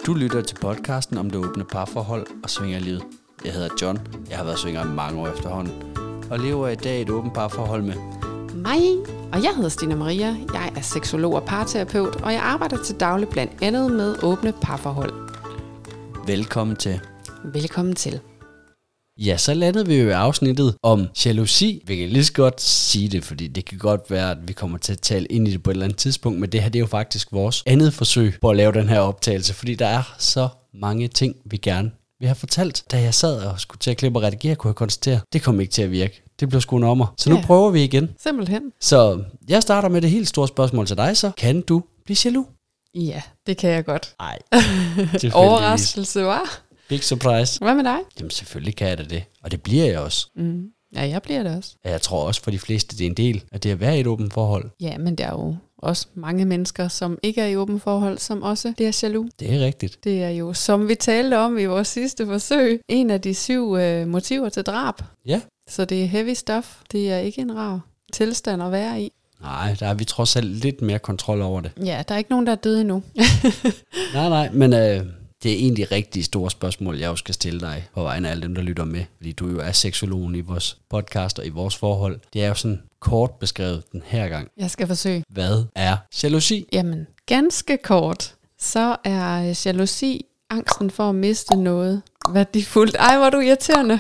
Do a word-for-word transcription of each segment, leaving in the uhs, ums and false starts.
Du lytter til podcasten om det åbne parforhold og svingerlivet. Jeg hedder John, jeg har været svinger i mange år efterhånden, og lever i dag et åbent parforhold med mig, og jeg hedder Stina Maria. Jeg er seksolog og parterapeut, og jeg arbejder til daglig blandt andet med åbne parforhold. Velkommen til. Velkommen til. Ja, så landede vi jo i afsnittet om jalousi. Vi kan lige så godt sige det, fordi det kan godt være, at vi kommer til at tale ind i det på et eller andet tidspunkt, men det her det er jo faktisk vores andet forsøg på at lave den her optagelse, fordi der er så mange ting, vi gerne vil have fortalt. Da jeg sad og skulle til at klippe og redigere, kunne jeg konstatere, det kom ikke til at virke. Det blev sgu en ommer. Så nu ja. prøver vi igen. Simpelthen. Så jeg starter med det helt store spørgsmål til dig så. Kan du blive jaloux? Ja, det kan jeg godt. Nej. Overraskelse, var. Big surprise. Hvad med dig? Jamen selvfølgelig kan jeg da det. Og det bliver jeg også. Mm. Ja, jeg bliver det også. Jeg tror også for de fleste, det er en del af det at være i et åbent forhold. Ja, men der er jo også mange mennesker, som ikke er i åbent forhold, som også bliver jaloux. Det er rigtigt. Det er jo, som vi talte om i vores sidste forsøg, en af de syv øh, motiver til drab. Ja. Så det er heavy stuff. Det er ikke en rar tilstand at være i. Nej, der er vi trods alt lidt mere kontrol over det. Ja, der er ikke nogen, der er døde endnu. nej, nej, men øh, det er egentlig rigtig store spørgsmål, jeg også skal stille dig på vegne af alle dem, der lytter med. Fordi du jo er seksologen i vores podcast og i vores forhold. Det er jo sådan kort beskrevet den her gang. Jeg skal forsøge. Hvad er jalousi? Jamen, ganske kort, så er jalousi angsten for at miste noget værdifuldt. Ej, hvor er du irriterende.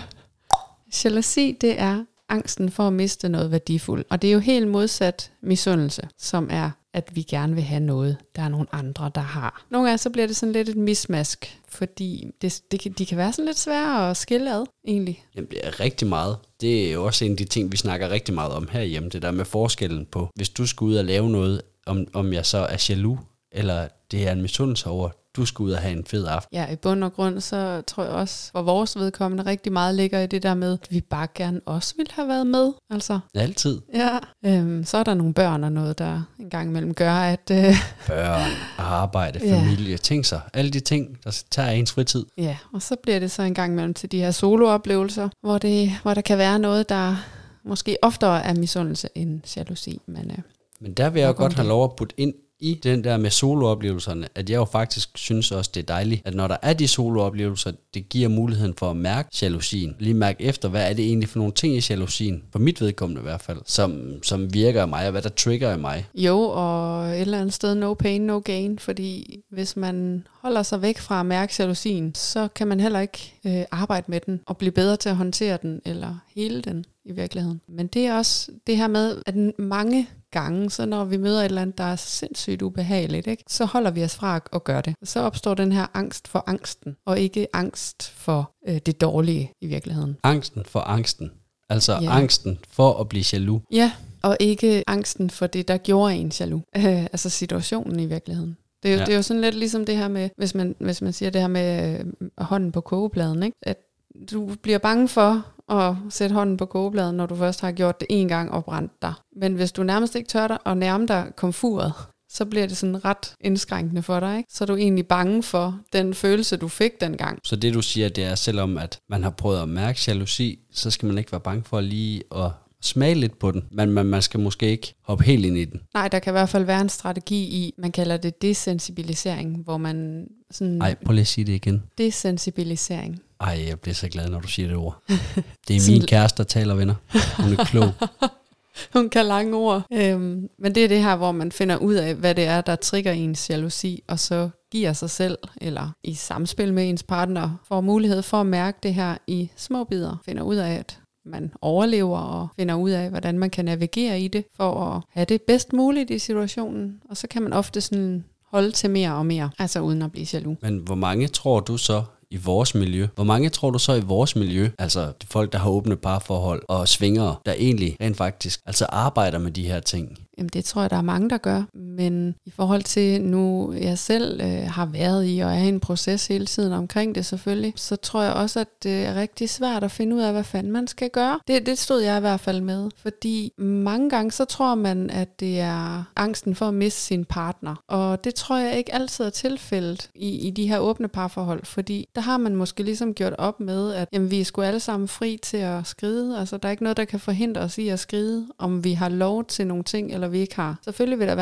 Jalousi, det er angsten for at miste noget værdifuldt. Og det er jo helt modsat misundelse, som er, at vi gerne vil have noget, der er nogle andre, der har. Nogle gange så bliver det sådan lidt et mismask, fordi det, det, de kan være sådan lidt svære at skille ad, egentlig. Jamen, det er rigtig meget. Det er jo også en af de ting, vi snakker rigtig meget om herhjemme. Det der med forskellen på, hvis du skal ud og lave noget, om, om jeg så er jaloux, eller det er en misundelse over, du skal ud og have en fed aften. Ja, i bund og grund, så tror jeg også, for vores vedkommende rigtig meget ligger i det der med, at vi bare gerne også ville have været med. Altså. Altid. Ja. Øhm, så er der nogle børn og noget, der en gang imellem gør, at... Øh, børn, arbejde, familie, ja. Tænk sig. Alle de ting, der tager ens fritid. Ja, og så bliver det så en gang imellem til de her solooplevelser, hvor, det, hvor der kan være noget, der måske oftere er misundelse end jalousi. Men, øh, men der vil jeg jo godt have lov at putte ind i den der med solooplevelserne, at jeg jo faktisk synes også, det er dejligt, at når der er de solooplevelser, det giver muligheden for at mærke jalousien. Lige mærke efter, hvad er det egentlig for nogle ting i jalousien, for mit vedkommende i hvert fald, som, som virker af mig, og hvad der trigger af mig. Jo, og et eller andet sted, no pain, no gain, fordi hvis man holder sig væk fra at mærke jalousien, så kan man heller ikke øh, arbejde med den, og blive bedre til at håndtere den, eller hele den i virkeligheden. Men det er også det her med, at mange gange, så når vi møder et eller andet, der er sindssygt ubehageligt, ikke, så holder vi os fra at gøre det. Så opstår den her angst for angsten, og ikke angst for øh, det dårlige i virkeligheden. Angsten for angsten. Altså ja. Angsten for at blive jaloux. Ja, og ikke angsten for det, der gjorde en jaloux. Øh, altså situationen i virkeligheden. Det er, jo, ja. det er jo sådan lidt ligesom det her med, hvis man, hvis man siger det her med øh, hånden på kogepladen, ikke? At du bliver bange for at sætte hånden på kogepladen, når du først har gjort det en gang og brændt dig. Men hvis du nærmest ikke tør dig og nærme dig komfuret, så bliver det sådan ret indskrænkende for dig, ikke? Så er du egentlig bange for den følelse, du fik dengang. Så det du siger, det er, selvom at man har prøvet at mærke jalousi, så skal man ikke være bange for lige at smage lidt på den, men man, man skal måske ikke hoppe helt ind i den. Nej, der kan i hvert fald være en strategi i, man kalder det desensibilisering, hvor man sådan... Ej, prøv lige at sige det igen. Desensibilisering. Ej, jeg bliver så glad, når du siger det ord. Det er min kæreste, der taler, venner. Hun er klog. Hun kan lange ord. Øhm, men det er det her, hvor man finder ud af, hvad det er, der trigger ens jalousi, og så giver sig selv, eller i samspil med ens partner, får mulighed for at mærke det her i små bidder. Finder ud af, at man overlever, og finder ud af, hvordan man kan navigere i det, for at have det bedst muligt i situationen. Og så kan man ofte sådan holde til mere og mere, altså uden at blive jaloux. Men hvor mange tror du så i vores miljø? Hvor mange tror du så i vores miljø, altså de folk, der har åbne parforhold og svingere, der egentlig rent faktisk altså arbejder med de her ting? Jamen det tror jeg, der er mange, der gør. Men i forhold til nu, jeg selv øh, har været i og er i en proces hele tiden omkring det selvfølgelig, så tror jeg også, at det er rigtig svært at finde ud af, hvad fanden man skal gøre. Det, det stod jeg i hvert fald med. Fordi mange gange, så tror man, at det er angsten for at miste sin partner. Og det tror jeg ikke altid er tilfældet i, i de her åbne parforhold. Fordi der har man måske ligesom gjort op med, at jamen, vi er sgu alle sammen fri til at skride. Altså der er ikke noget, der kan forhindre os i at skride, om vi har lov til nogle ting, eller vi ikke har. Selvfølgelig vil der være nogen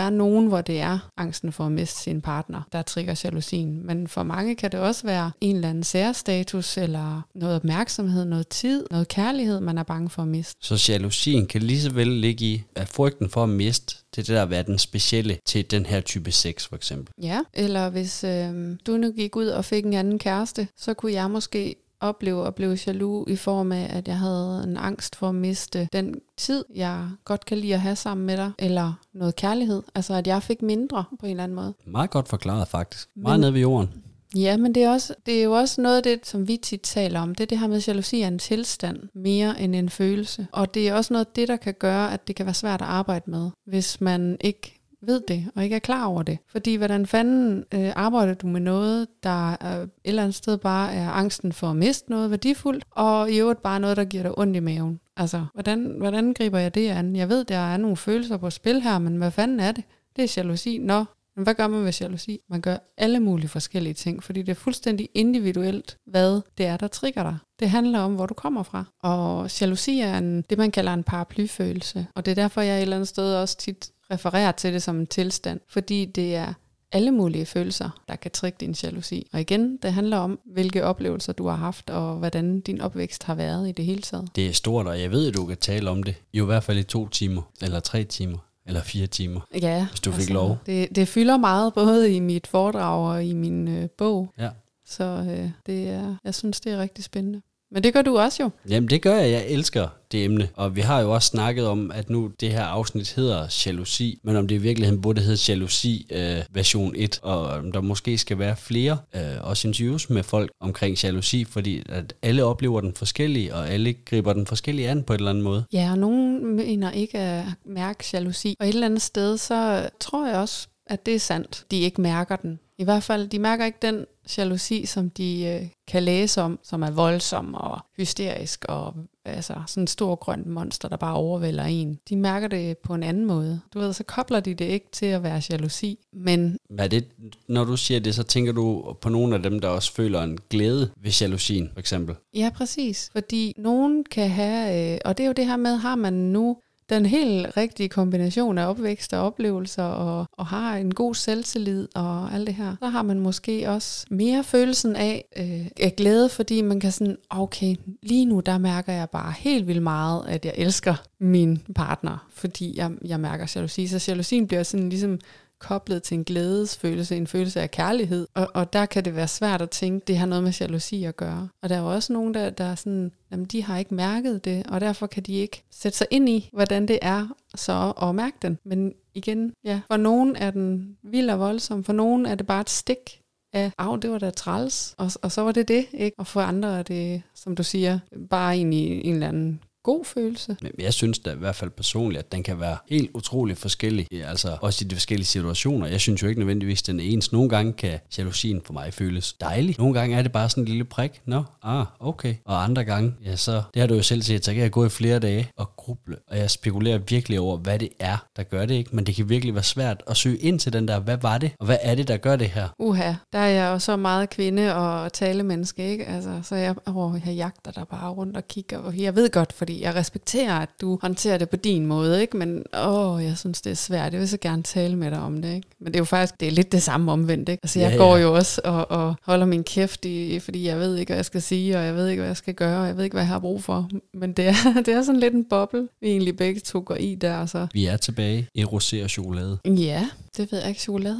nogen, hvor det er angsten for at miste sin partner, der trigger jalousien. Men for mange kan det også være en eller anden særstatus, eller noget opmærksomhed, noget tid, noget kærlighed, man er bange for at miste. Så jalousien kan lige så vel ligge i, at frygten for at miste, det er det der at være den specielle til den her type sex, for eksempel. Ja, eller hvis øh, du nu gik ud og fik en anden kæreste, så kunne jeg måske opleve at blive jaloux i form af, at jeg havde en angst for at miste den tid, jeg godt kan lide at have sammen med dig, eller noget kærlighed. Altså, at jeg fik mindre på en eller anden måde. Meget godt forklaret, faktisk. Meget Men, nede ved jorden. Ja, men det er, også, det er jo også noget af det, som vi tit taler om. Det er det her med, at jalousi er en tilstand mere end en følelse. Og det er også noget af det, der kan gøre, at det kan være svært at arbejde med, hvis man ikke ved det, og ikke er klar over det. Fordi hvordan fanden øh, arbejder du med noget, der øh, et eller andet sted bare er angsten for at miste noget værdifuldt, og i øvrigt bare noget, der giver dig ondt i maven. Altså, hvordan, hvordan griber jeg det an? Jeg ved, der er nogle følelser på spil her, men hvad fanden er det? Det er jalousi. Nå, men hvad gør man ved jalousi? Man gør alle mulige forskellige ting, fordi det er fuldstændig individuelt, hvad det er, der trigger dig. Det handler om, hvor du kommer fra. Og jalousi er en, det, man kalder en paraplyfølelse. Og det er derfor, jeg et eller andet sted også tit refererer til det som en tilstand, fordi det er alle mulige følelser, der kan trigge din jalousi. Og igen, det handler om, hvilke oplevelser du har haft, og hvordan din opvækst har været i det hele taget. Det er stort, og jeg ved, at du kan tale om det. I hvert fald i to timer, eller tre timer, eller fire timer, ja, hvis du fik altså, lov. Det, det fylder meget, både i mit foredrag og i min øh, bog. Ja. Så øh, det er, jeg synes, det er rigtig spændende. Men det gør du også jo. Jamen det gør jeg, jeg elsker det emne. Og vi har jo også snakket om, at nu det her afsnit hedder jalousi, men om det i virkeligheden burde hedde jalousi øh, version et, og om der måske skal være flere øh, også interviews med folk omkring jalousi, fordi at alle oplever den forskellige, og alle griber den forskellige an på et eller andet måde. Ja, og nogen mener ikke at mærke jalousi, og et eller andet sted, så tror jeg også, at det er sandt. De ikke mærker den. I hvert fald, de mærker ikke den jalousi, som de øh, kan læse om, som er voldsom og hysterisk og altså sådan en stor grøn monster, der bare overvælder en. De mærker det på en anden måde. Du ved, så kobler de det ikke til at være jalousi, men... Hvad er det, når du siger det, så tænker du på nogle af dem, der også føler en glæde ved jalousien, for eksempel? Ja, præcis. Fordi nogen kan have, øh, og det er jo det her med, har man nu den helt rigtige kombination af opvækst og oplevelser, og, og har en god selvtillid og alt det her, så har man måske også mere følelsen af, øh, af glæde, fordi man kan sådan, okay, lige nu der mærker jeg bare helt vildt meget, at jeg elsker min partner, fordi jeg, jeg mærker jalousi. Så jalousien bliver sådan ligesom koblet til en glædesfølelse, en følelse af kærlighed. Og, og der kan det være svært at tænke, det har noget med jalousi at gøre. Og der er jo også nogen, der, der er sådan, jamen de har ikke mærket det, og derfor kan de ikke sætte sig ind i, hvordan det er så at mærke den. Men igen, ja, for nogen er den vild og voldsom, for nogen er det bare et stik af, af det var da træls, og, og så var det det, ikke? Og for andre er det, som du siger, bare egentlig en eller anden god følelse. Men jeg synes da i hvert fald personligt, at den kan være helt utrolig forskellig, altså også i de forskellige situationer. Jeg synes jo ikke nødvendigvis, at den er ens. Nogle gange kan jalousien for mig føles dejlig. Nogle gange er det bare sådan en lille prik. Nå, ah, okay. Og andre gange, ja så, det har du jo selv set, så kan jeg gå i flere dage og gruble. Og jeg spekulerer virkelig over, hvad det er, der gør det, ikke? Men det kan virkelig være svært at søge ind til den der, hvad var det? Og hvad er det, der gør det her? Uha, der er jeg jo så meget kvinde og talemenneske, ikke? Altså, så jeg, åh, jeg jagter der bare rundt og kigger. Og jeg ved godt, fordi jeg respekterer, at du håndterer det på din måde, ikke? Men åh, jeg synes, det er svært. Jeg vil så gerne tale med dig om det, ikke? Men det er jo faktisk, det er lidt det samme omvendt, ikke? Altså, jeg ja, ja. går jo også og, og holder min kæft, i, fordi jeg ved ikke, hvad jeg skal sige, og jeg ved ikke, hvad jeg skal gøre, og jeg ved ikke, hvad jeg har brug for. Men det er, det er sådan lidt en boble, vi egentlig begge to går i der, så. Vi er tilbage i rosé og chokolade. Ja, det ved jeg ikke. Chokolade.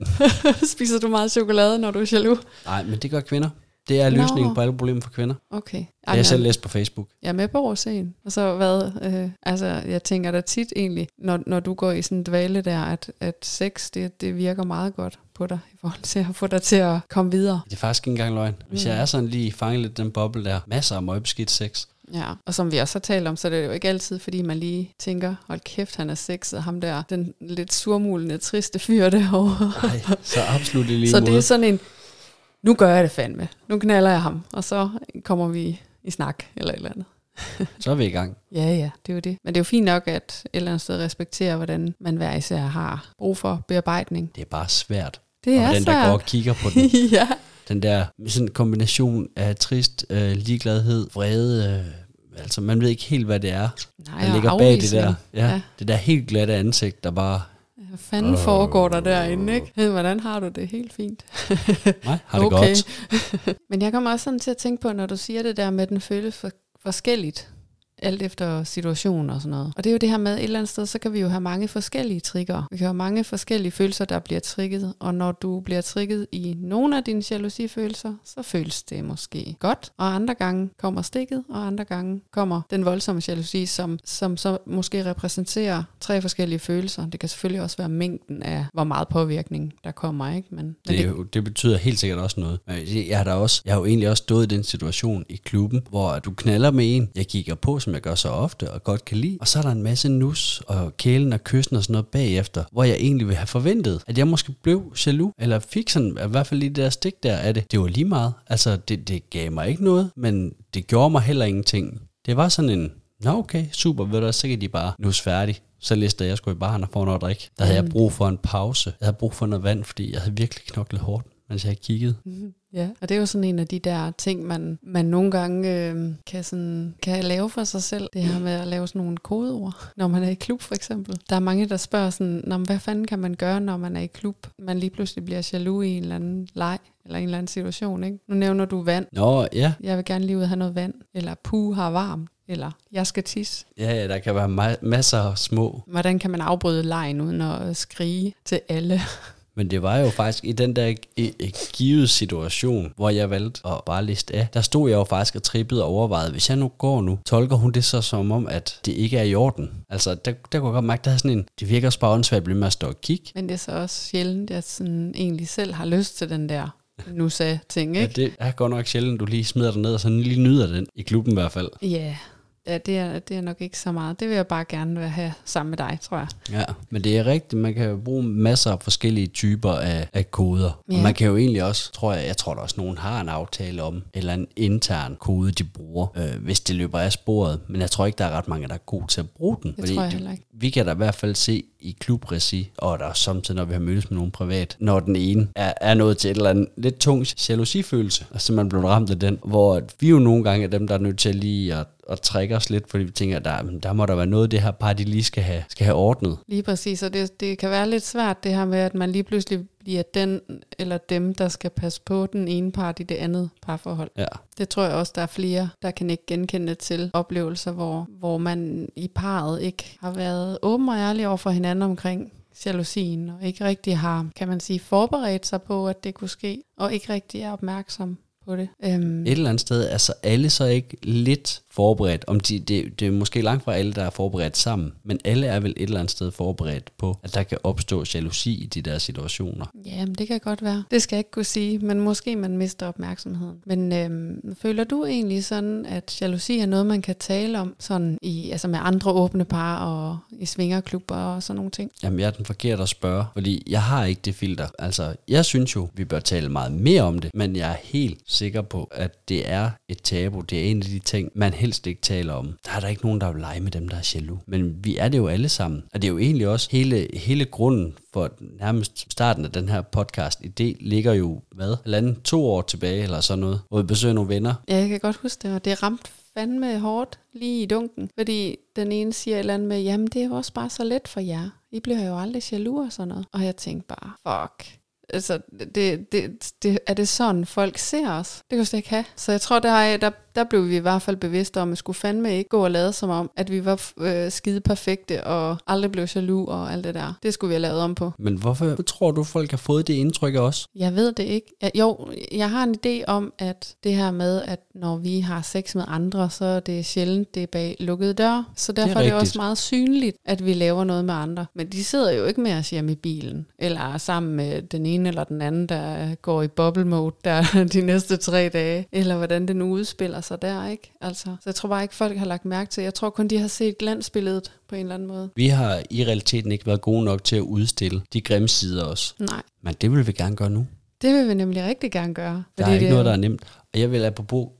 Spiser du meget chokolade, når du er jaloux? Nej, men det gør kvinder. Det er løsningen no. på alle problemer for kvinder. Okay. Det har jeg selv læst på Facebook. Jeg er med på roséen. Og så hvad, øh, altså jeg tænker da tit egentlig, når, når du går i sådan en dvale der, at, at sex, det, det virker meget godt på dig, i forhold til at få dig til at komme videre. Det er faktisk ikke engang løgn. Hvis mm. jeg er sådan lige fanget lidt den boble der, masser af møgbeskidt sex. Ja, og som vi også har talt om, så er det jo ikke altid, fordi man lige tænker, hold kæft, han er sexet, ham der, den lidt surmulende, triste fyr derovre. Nej, så absolut i lige Så måde. det er sådan en, nu gør jeg det fandme, nu knalder jeg ham, og så kommer vi i snak, eller et eller andet. Så er vi i gang. Ja, ja, det er jo det. Men det er jo fint nok, at et eller andet sted respekterer, hvordan man hver især har brug for bearbejdning. Det er bare svært. Det er og den, svært. der går og kigger på den. Ja. Den der sådan en kombination af trist, øh, ligegladhed, vrede, øh, altså man ved ikke helt, hvad det er. Nej, der ligger bag det der, ja, ja. det der helt glatte ansigt, der bare Hvad fanden oh. foregår der derinde, ikke? Hvordan har du det? Helt fint. Nej, har det okay. godt. Men jeg kommer også sådan til at tænke på, når du siger det der med, at den føles for, forskelligt, alt efter situation og sådan noget. Og det er jo det her med, et eller andet sted, så kan vi jo have mange forskellige trigger. Vi kan have mange forskellige følelser, der bliver trigget, og når du bliver trigget i nogle af dine jalousifølelser, så føles det måske godt, og andre gange kommer stikket, og andre gange kommer den voldsomme jalousi, som, som så måske repræsenterer tre forskellige følelser. Det kan selvfølgelig også være mængden af, hvor meget påvirkning der kommer, ikke? Men, men det, det, jo, det betyder helt sikkert også noget. Jeg har, da også, jeg har jo egentlig også stået i den situation i klubben, hvor du knalder med en, jeg kigger på, som jeg gør så ofte og godt kan lide. Og så er der en masse nus og kælen og kyssen og sådan noget bagefter, hvor jeg egentlig ville have forventet, at jeg måske blev jaloux, eller fik sådan, i hvert fald lige det der stik der af det. Det var lige meget. Altså, det, det gav mig ikke noget, men det gjorde mig heller ingenting. Det var sådan en, nå okay, super, ved du, så kan de bare nus færdig. Så listede jeg skulle i baren og få noget at drikke. Der havde jeg brug for en pause. Jeg havde brug for noget vand, fordi jeg havde virkelig knoklet hårdt, mens jeg kiggede. Mm-hmm. Ja, og det er jo sådan en af de der ting, man, man nogle gange øh, kan, sådan, kan lave for sig selv. Det her med at lave sådan nogle kodeord, når man er i klub for eksempel. Der er mange, der spørger sådan, hvad fanden kan man gøre, når man er i klub? Man lige pludselig bliver jaloux i en eller anden leg, eller en eller anden situation, ikke? Nu nævner du vand. Nå, ja. Jeg vil gerne lige ud og have noget vand. Eller puh har varmt. Eller jeg skal tisse. Ja, ja, der kan være ma- masser af små. Hvordan kan man afbryde legen uden at skrige til alle? Men det var jo faktisk i den der givet situation, hvor jeg valgte at bare liste af. Der stod jeg jo faktisk og trippede og overvejede, hvis jeg nu går nu, tolker hun det så som om, at det ikke er i orden. Altså, der, der kunne jeg godt mærke, der er sådan en, det virker også bare åndssvagt at blive med at stå og kigge. Men det er så også sjældent, at jeg sådan egentlig selv har lyst til den der nu sagde ting, ikke? Ja, det er godt nok sjældent, du lige smider dig ned, og så lige nyder den, i klubben i hvert fald. Ja, yeah. Ja, det er, det er nok ikke så meget. Det vil jeg bare gerne have sammen med dig, tror jeg. Ja, men det er rigtigt. Man kan jo bruge masser af forskellige typer af, af koder. Ja. Og man kan jo egentlig også, tror jeg, jeg tror der også nogen har en aftale om, eller en intern kode, de bruger, øh, hvis det løber af sporet. Men jeg tror ikke, der er ret mange, der er gode til at bruge den. Det tror jeg heller ikke. Vi kan da i hvert fald se i klubregi, og der er samtidig, når vi har mødtes med nogen privat, når den ene er, er nået til et eller andet lidt tung jalousifølelse, og så man blevet ramt af den, hvor vi jo nogle gange er dem, der er nødt til lige at og trækker os lidt, fordi vi tænker, at der, der må der være noget, det her par, de lige skal have, skal have ordnet. Lige præcis, og det, det kan være lidt svært, det her med, at man lige pludselig bliver den eller dem, der skal passe på den ene part i det andet parforhold. Ja. Det tror jeg også, der er flere, der kan ikke genkende til oplevelser, hvor, hvor man i parret ikke har været åben og ærlig over for hinanden omkring jalousien, og ikke rigtig har, kan man sige, forberedt sig på, at det kunne ske, og ikke rigtig er opmærksom på det. Um. Et eller andet sted, altså alle så ikke lidt forberedt, om de, det, det er måske langt fra alle, der er forberedt sammen, men alle er vel et eller andet sted forberedt på, at der kan opstå jalousi i de der situationer. Ja, det kan godt være. Det skal jeg ikke kunne sige, men måske man mister opmærksomheden. Men øhm, føler du egentlig sådan, at jalousi er noget, man kan tale om sådan i, altså med andre åbne par og i svingerklubber og sådan nogle ting? Jamen, jeg er den forkerte at spørge, fordi jeg har ikke det filter. Altså, jeg synes jo, vi bør tale meget mere om det, men jeg er helt sikker på, at det er et tabu. Det er en af de ting, man helst ikke taler om. Der er der ikke nogen, der vil lege med dem, der er jaloux. Men vi er det jo alle sammen. Og det er jo egentlig også hele, hele grunden for nærmest starten af den her podcast-idé ligger jo, hvad? Eller to år tilbage, eller sådan noget, hvor vi besøger nogle venner. Ja, jeg kan godt huske det, og det er ramt fandme hårdt lige i dunken, fordi den ene siger et eller andet med, jamen det er jo også bare så let for jer. I bliver jo aldrig jaloux og sådan noget. Og jeg tænkte bare, fuck. Altså, det, det, det, er det sådan, folk ser os? Det kan jeg slet ikke have. Så jeg tror, der, der, der blev vi i hvert fald bevidste om, at skulle fandme ikke gå og lade som om, at vi var øh, skide perfekte og aldrig blev jaloux og alt det der. Det skulle vi have lavet om på. Men hvorfor tror du, folk har fået det indtryk af os? Jeg ved det ikke. Jeg, jo, jeg har en idé om, at det her med, at når vi har sex med andre, så er det sjældent, det er bag lukkede døre. Så derfor det er, er det også meget synligt, at vi laver noget med andre. Men de sidder jo ikke med os hjemme i bilen, eller sammen med den ene eller den anden, der går i bubble mode der de næste tre dage, eller hvordan det nu udspiller sig der, ikke? Altså, så jeg tror bare ikke, folk har lagt mærke til. Jeg tror kun, de har set glansbilledet på en eller anden måde. Vi har i realiteten ikke været gode nok til at udstille de grimme sider også. Nej. Men det vil vi gerne gøre nu. Det vil vi nemlig rigtig gerne gøre. Der er ikke det, noget, der er nemt. Og jeg vil apropos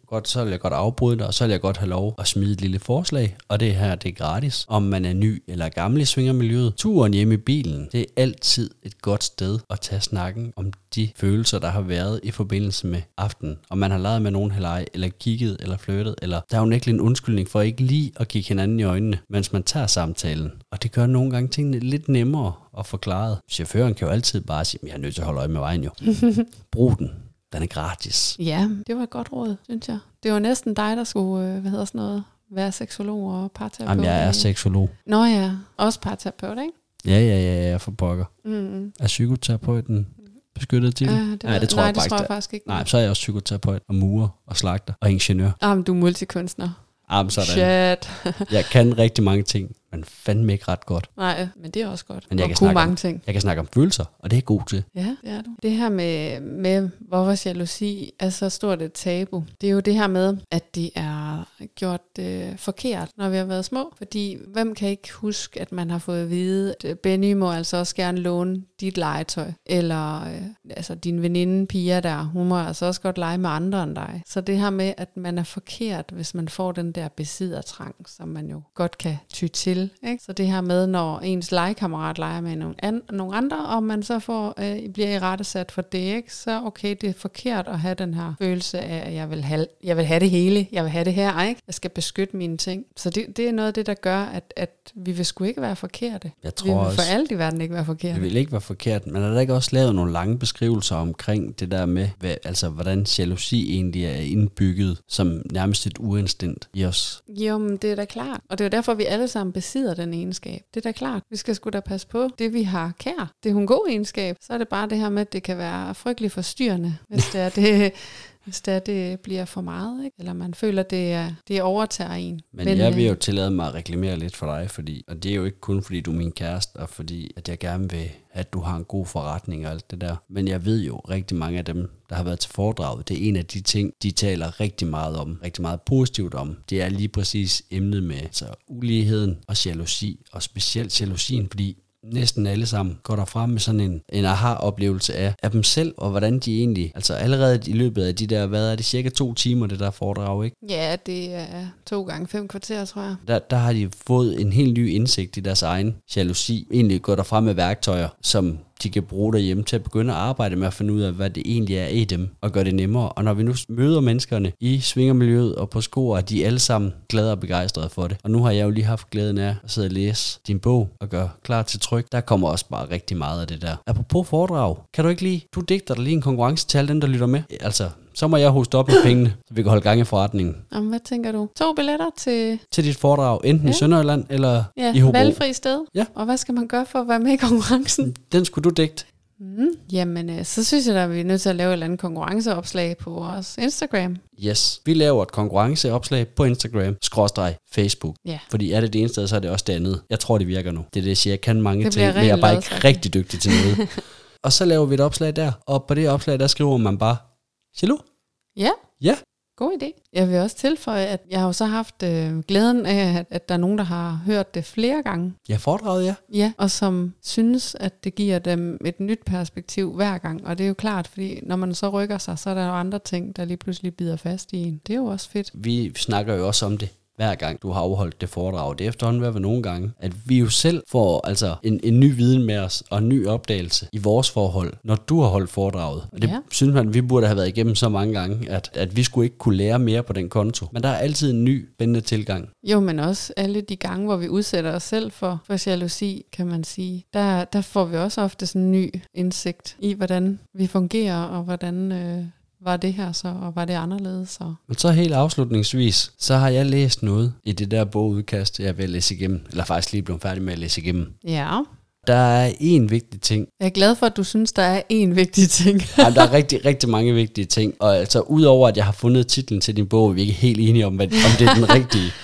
godt, så vil jeg godt afbryde dig, og så vil jeg godt have lov at smide et lille forslag, og det her, det er gratis. Om man er ny eller gammel i svingermiljøet, turen hjemme i bilen, det er altid et godt sted at tage snakken om de følelser, der har været i forbindelse med aftenen. Om man har leget med nogen halvleg, eller kigget, eller flyttet, eller der er jo ikke en undskyldning for ikke lige at kigge hinanden i øjnene, mens man tager samtalen. Og det gør nogle gange tingene lidt nemmere at forklare. Chaufføren kan jo altid bare sige, jeg er nødt til at holde øje med vejen jo. Brug den. Den er gratis. Ja, det var et godt råd, synes jeg. Det var næsten dig, der skulle, hvad hedder sådan noget, være seksolog og parterapeut. Jamen, jeg er seksolog. Nå ja, også parterapeut, ikke? Ja, ja, ja, ja, for pokker. Mm. Er psykoterapeuten beskyttet til det? Ja, det, Nej, det tror, nej, jeg, det faktisk, tror jeg faktisk ikke. Nej, så er jeg også psykoterapeut og murer og slagter og ingeniør. Ah, men du er multikunstner. Ah, sådan. Shit. Jeg kan rigtig mange ting, men fandme ikke ret godt. Nej, men det er også godt. Men jeg og kan kunne mange om, ting. Jeg kan snakke om følelser, og det er jeg god til. Ja, det er du. Det her med, med hvorfor jalousi er så stort et tabu, det er jo det her med, at det er gjort øh, forkert, når vi har været små. Fordi hvem kan ikke huske, at man har fået at vide, at Benny må altså også gerne låne dit legetøj. Eller øh, altså din veninde Pia der, hun må altså også godt lege med andre end dig. Så det her med, at man er forkert, hvis man får den der besiddertrang, som man jo godt kan ty til. Ikke? Så det her med, når ens legekammerat leger med nogle, an, nogle andre, og man så får, øh, bliver i rettesat for det, ikke? Så okay, det er forkert at have den her følelse af, at jeg vil have, jeg vil have det hele, jeg vil have det her, ikke? Jeg skal beskytte mine ting. Så det, det er noget af det, der gør, at, at vi vil sgu ikke være forkerte. Jeg tror vi vil også, for alt i verden ikke være forkerte. Det vil ikke være forkert, men er der ikke også lavet nogle lange beskrivelser omkring det der med, hvad, altså hvordan jalousi egentlig er indbygget som nærmest et uinstinkt i os? Jo, men det er da klart. Og det er jo derfor, vi alle sammen besidder den egenskab. Det er da klart. Vi skal sgu da passe på det, vi har kær. Det er jo en god egenskab. Så er det bare det her med, at det kan være frygtelig forstyrrende, hvis det er det... Hvis det, er, det bliver for meget, ikke? Eller man føler, det er, det overtager en. Men, Men jeg vil jo tillade mig at reklamere lidt for dig, fordi, og det er jo ikke kun fordi du er min kæreste, og fordi at jeg gerne vil, at du har en god forretning og alt det der. Men jeg ved jo rigtig mange af dem, der har været til foredraget, det er en af de ting, de taler rigtig meget om, rigtig meget positivt om. Det er lige præcis emnet med altså, uligheden og jalousi, og specielt jalousien, fordi næsten alle sammen går derfra med sådan en, en aha-oplevelse af, af dem selv, og hvordan de egentlig, altså allerede i løbet af de der, hvad er det, cirka to timer, det der foredrag, ikke? Ja, det er to gange fem kvarter, tror jeg. Der, der har de fået en helt ny indsigt i deres egen jalousi, egentlig går derfra med værktøjer, som de kan bruge derhjemme til at begynde at arbejde med at finde ud af, hvad det egentlig er i dem, og gøre det nemmere. Og når vi nu møder menneskerne i svingermiljøet og på sko, er de alle sammen glade og begejstrede for det. Og nu har jeg jo lige haft glæden af at sidde og læse din bog og gøre klar til tryk. Der kommer også bare rigtig meget af det der. Apropos foredrag, kan du ikke lige, du digter dig lige en konkurrence til alle dem, der lytter med? Altså, så må jeg hoste op med pengene, så vi kan holde gang i forretningen. Jamen, hvad tænker du? To billetter til... Til dit foredrag, enten ja. i Sønderjylland eller ja, i Hobro. Valgfri sted. Ja. Og hvad skal man gøre for at være med i konkurrencen? Den skulle du digte. Mm, jamen, øh, så synes jeg da, at vi er nødt til at lave et eller andet konkurrenceopslag på vores Instagram. Yes, vi laver et konkurrenceopslag på Instagram, skråstreg Facebook. Ja. Fordi er det det ene sted, så er det også det andet. Jeg tror, det virker nu. Det er det, jeg siger. Jeg kan mange det ting, men jeg er bare ikke sagt. rigtig dygtig til noget. Og så laver vi et opslag der, og på det opslag, der skriver man bare, jaloux. Ja. Ja. God idé. Jeg vil også tilføje, at jeg har jo så haft øh, glæden af, at, at der er nogen, der har hørt det flere gange. Ja, foredraget, ja. Ja, og som synes, at det giver dem et nyt perspektiv hver gang. Og det er jo klart, fordi når man så rykker sig, så er der jo andre ting, der lige pludselig bider fast i en. Det er jo også fedt. Vi snakker jo også om det, hver gang du har afholdt det foredrag. Det er efterhånden ved nogle gange, at vi jo selv får altså en, en ny viden med os, og en ny opdagelse i vores forhold, når du har holdt foredraget. Og det ja. synes man, at vi burde have været igennem så mange gange, at, at vi skulle ikke kunne lære mere på den konto. Men der er altid en ny, spændende tilgang. Jo, men også alle de gange, hvor vi udsætter os selv for, for jalousi, kan man sige. Der, der får vi også ofte sådan en ny indsigt i, hvordan vi fungerer, og hvordan... Øh var det her så, og var det anderledes? Og... Men så helt afslutningsvis, så har jeg læst noget i det der bogudkast, jeg vil læse igennem, eller faktisk lige blevet færdig med at læse igennem. Ja. Der er en vigtig ting. Jeg er glad for, at du synes, der er en vigtig ting. Jamen, der er rigtig, rigtig mange vigtige ting, og altså udover at jeg har fundet titlen til din bog, vi er ikke helt enige om, hvad, om det er den rigtige.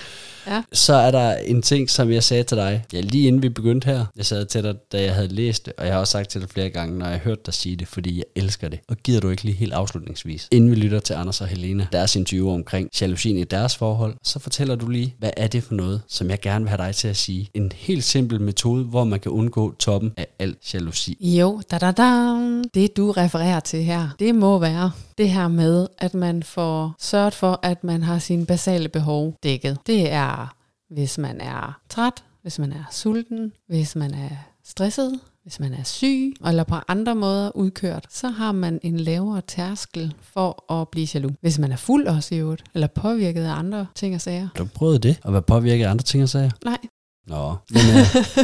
Ja. Så er der en ting, som jeg sagde til dig, ja, lige inden vi begyndte her. Jeg sad til dig, da jeg havde læst det, og jeg har også sagt til dig flere gange, når jeg har hørt dig sige det, fordi jeg elsker det. Og giver du ikke lige helt afslutningsvis, inden vi lytter til Anders og Helena, deres interview omkring jalousien i deres forhold, så fortæller du lige, hvad er det for noget, som jeg gerne vil have dig til at sige. En helt simpel metode, hvor man kan undgå toppen af al jalousi. Jo, da da da. Det du refererer til her, det må være det her med, at man får sørget for, at man har sine basale behov dækket. Det er, hvis man er træt, hvis man er sulten, hvis man er stresset, hvis man er syg, eller på andre måder udkørt, så har man en lavere tærskel for at blive jaloux. Hvis man er fuld også i øvrigt, eller påvirket af andre ting og sager. Har du prøvet det? At være påvirket af andre ting og sager? Nej. Nå, men uh,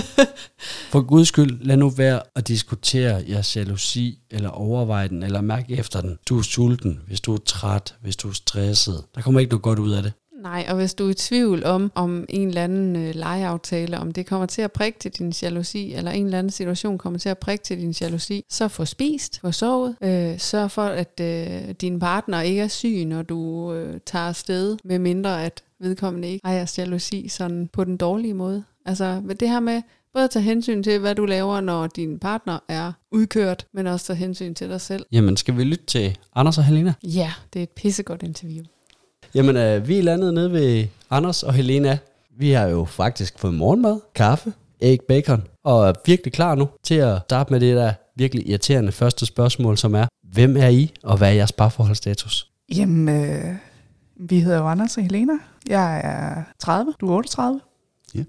for guds skyld, lad nu være at diskutere jeres jalousi, eller overveje den, eller mærke efter den. Du er sulten, hvis du er træt, hvis du er stresset. Der kommer ikke noget godt ud af det. Nej, og hvis du er i tvivl om, om en eller anden øh, legeaftale, om det kommer til at prikke til din jalousi, eller en eller anden situation kommer til at prikke til din jalousi, så få spist, få sovet, øh, sørg for, at øh, din partner ikke er syg, når du øh, tager afsted, med mindre at vedkommende ikke har jeres jalousi sådan på den dårlige måde. Altså det her med både at tage hensyn til, hvad du laver, når din partner er udkørt, men også tage hensyn til dig selv. Jamen, skal vi lytte til Anders og Helena? Ja, det er et pissegodt interview. Jamen, øh, vi er landet nede ved Anders og Helena. Vi har jo faktisk fået morgenmad, kaffe, æg, bacon, og er virkelig klar nu til at starte med det der virkelig irriterende første spørgsmål, som er, hvem er I, og hvad er jeres parforholdsstatus? Jamen, øh, vi hedder jo Anders og Helena. Jeg er tredive, du er otteogtredive. Ja.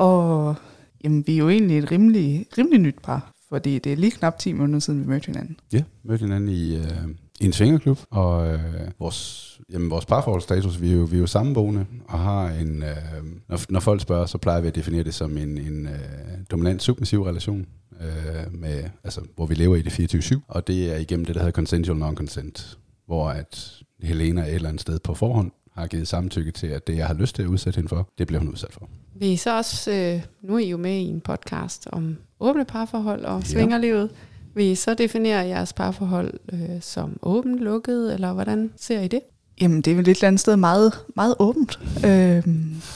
Og jamen, vi er jo egentlig et rimelig, rimelig nyt par, fordi det er lige knap ti måneder siden, vi mødte hinanden. Ja, mødte hinanden i, øh, i en svingerklub, og øh, vores, jamen, vores parforholdsstatus, vi er jo, vi er jo sammenboende, og har en, øh, når, når folk spørger, så plejer vi at definere det som en, en øh, dominant-submissiv relation, øh, med, altså, hvor vi lever i det fireogtyve syv, og det er igennem det, der hedder consensual non-consent, hvor at Helena et eller andet sted på forhånd har givet samtykke til, at det, jeg har lyst til at udsætte hende for, det bliver hun udsat for. Vi er så også, øh, nu er I jo med i en podcast om åbne parforhold og svingerlivet. Vil I så definere jeres parforhold øh, som åbent, lukket, eller hvordan ser I det? Jamen, det er vel et eller andet sted meget, meget åbent. Øh,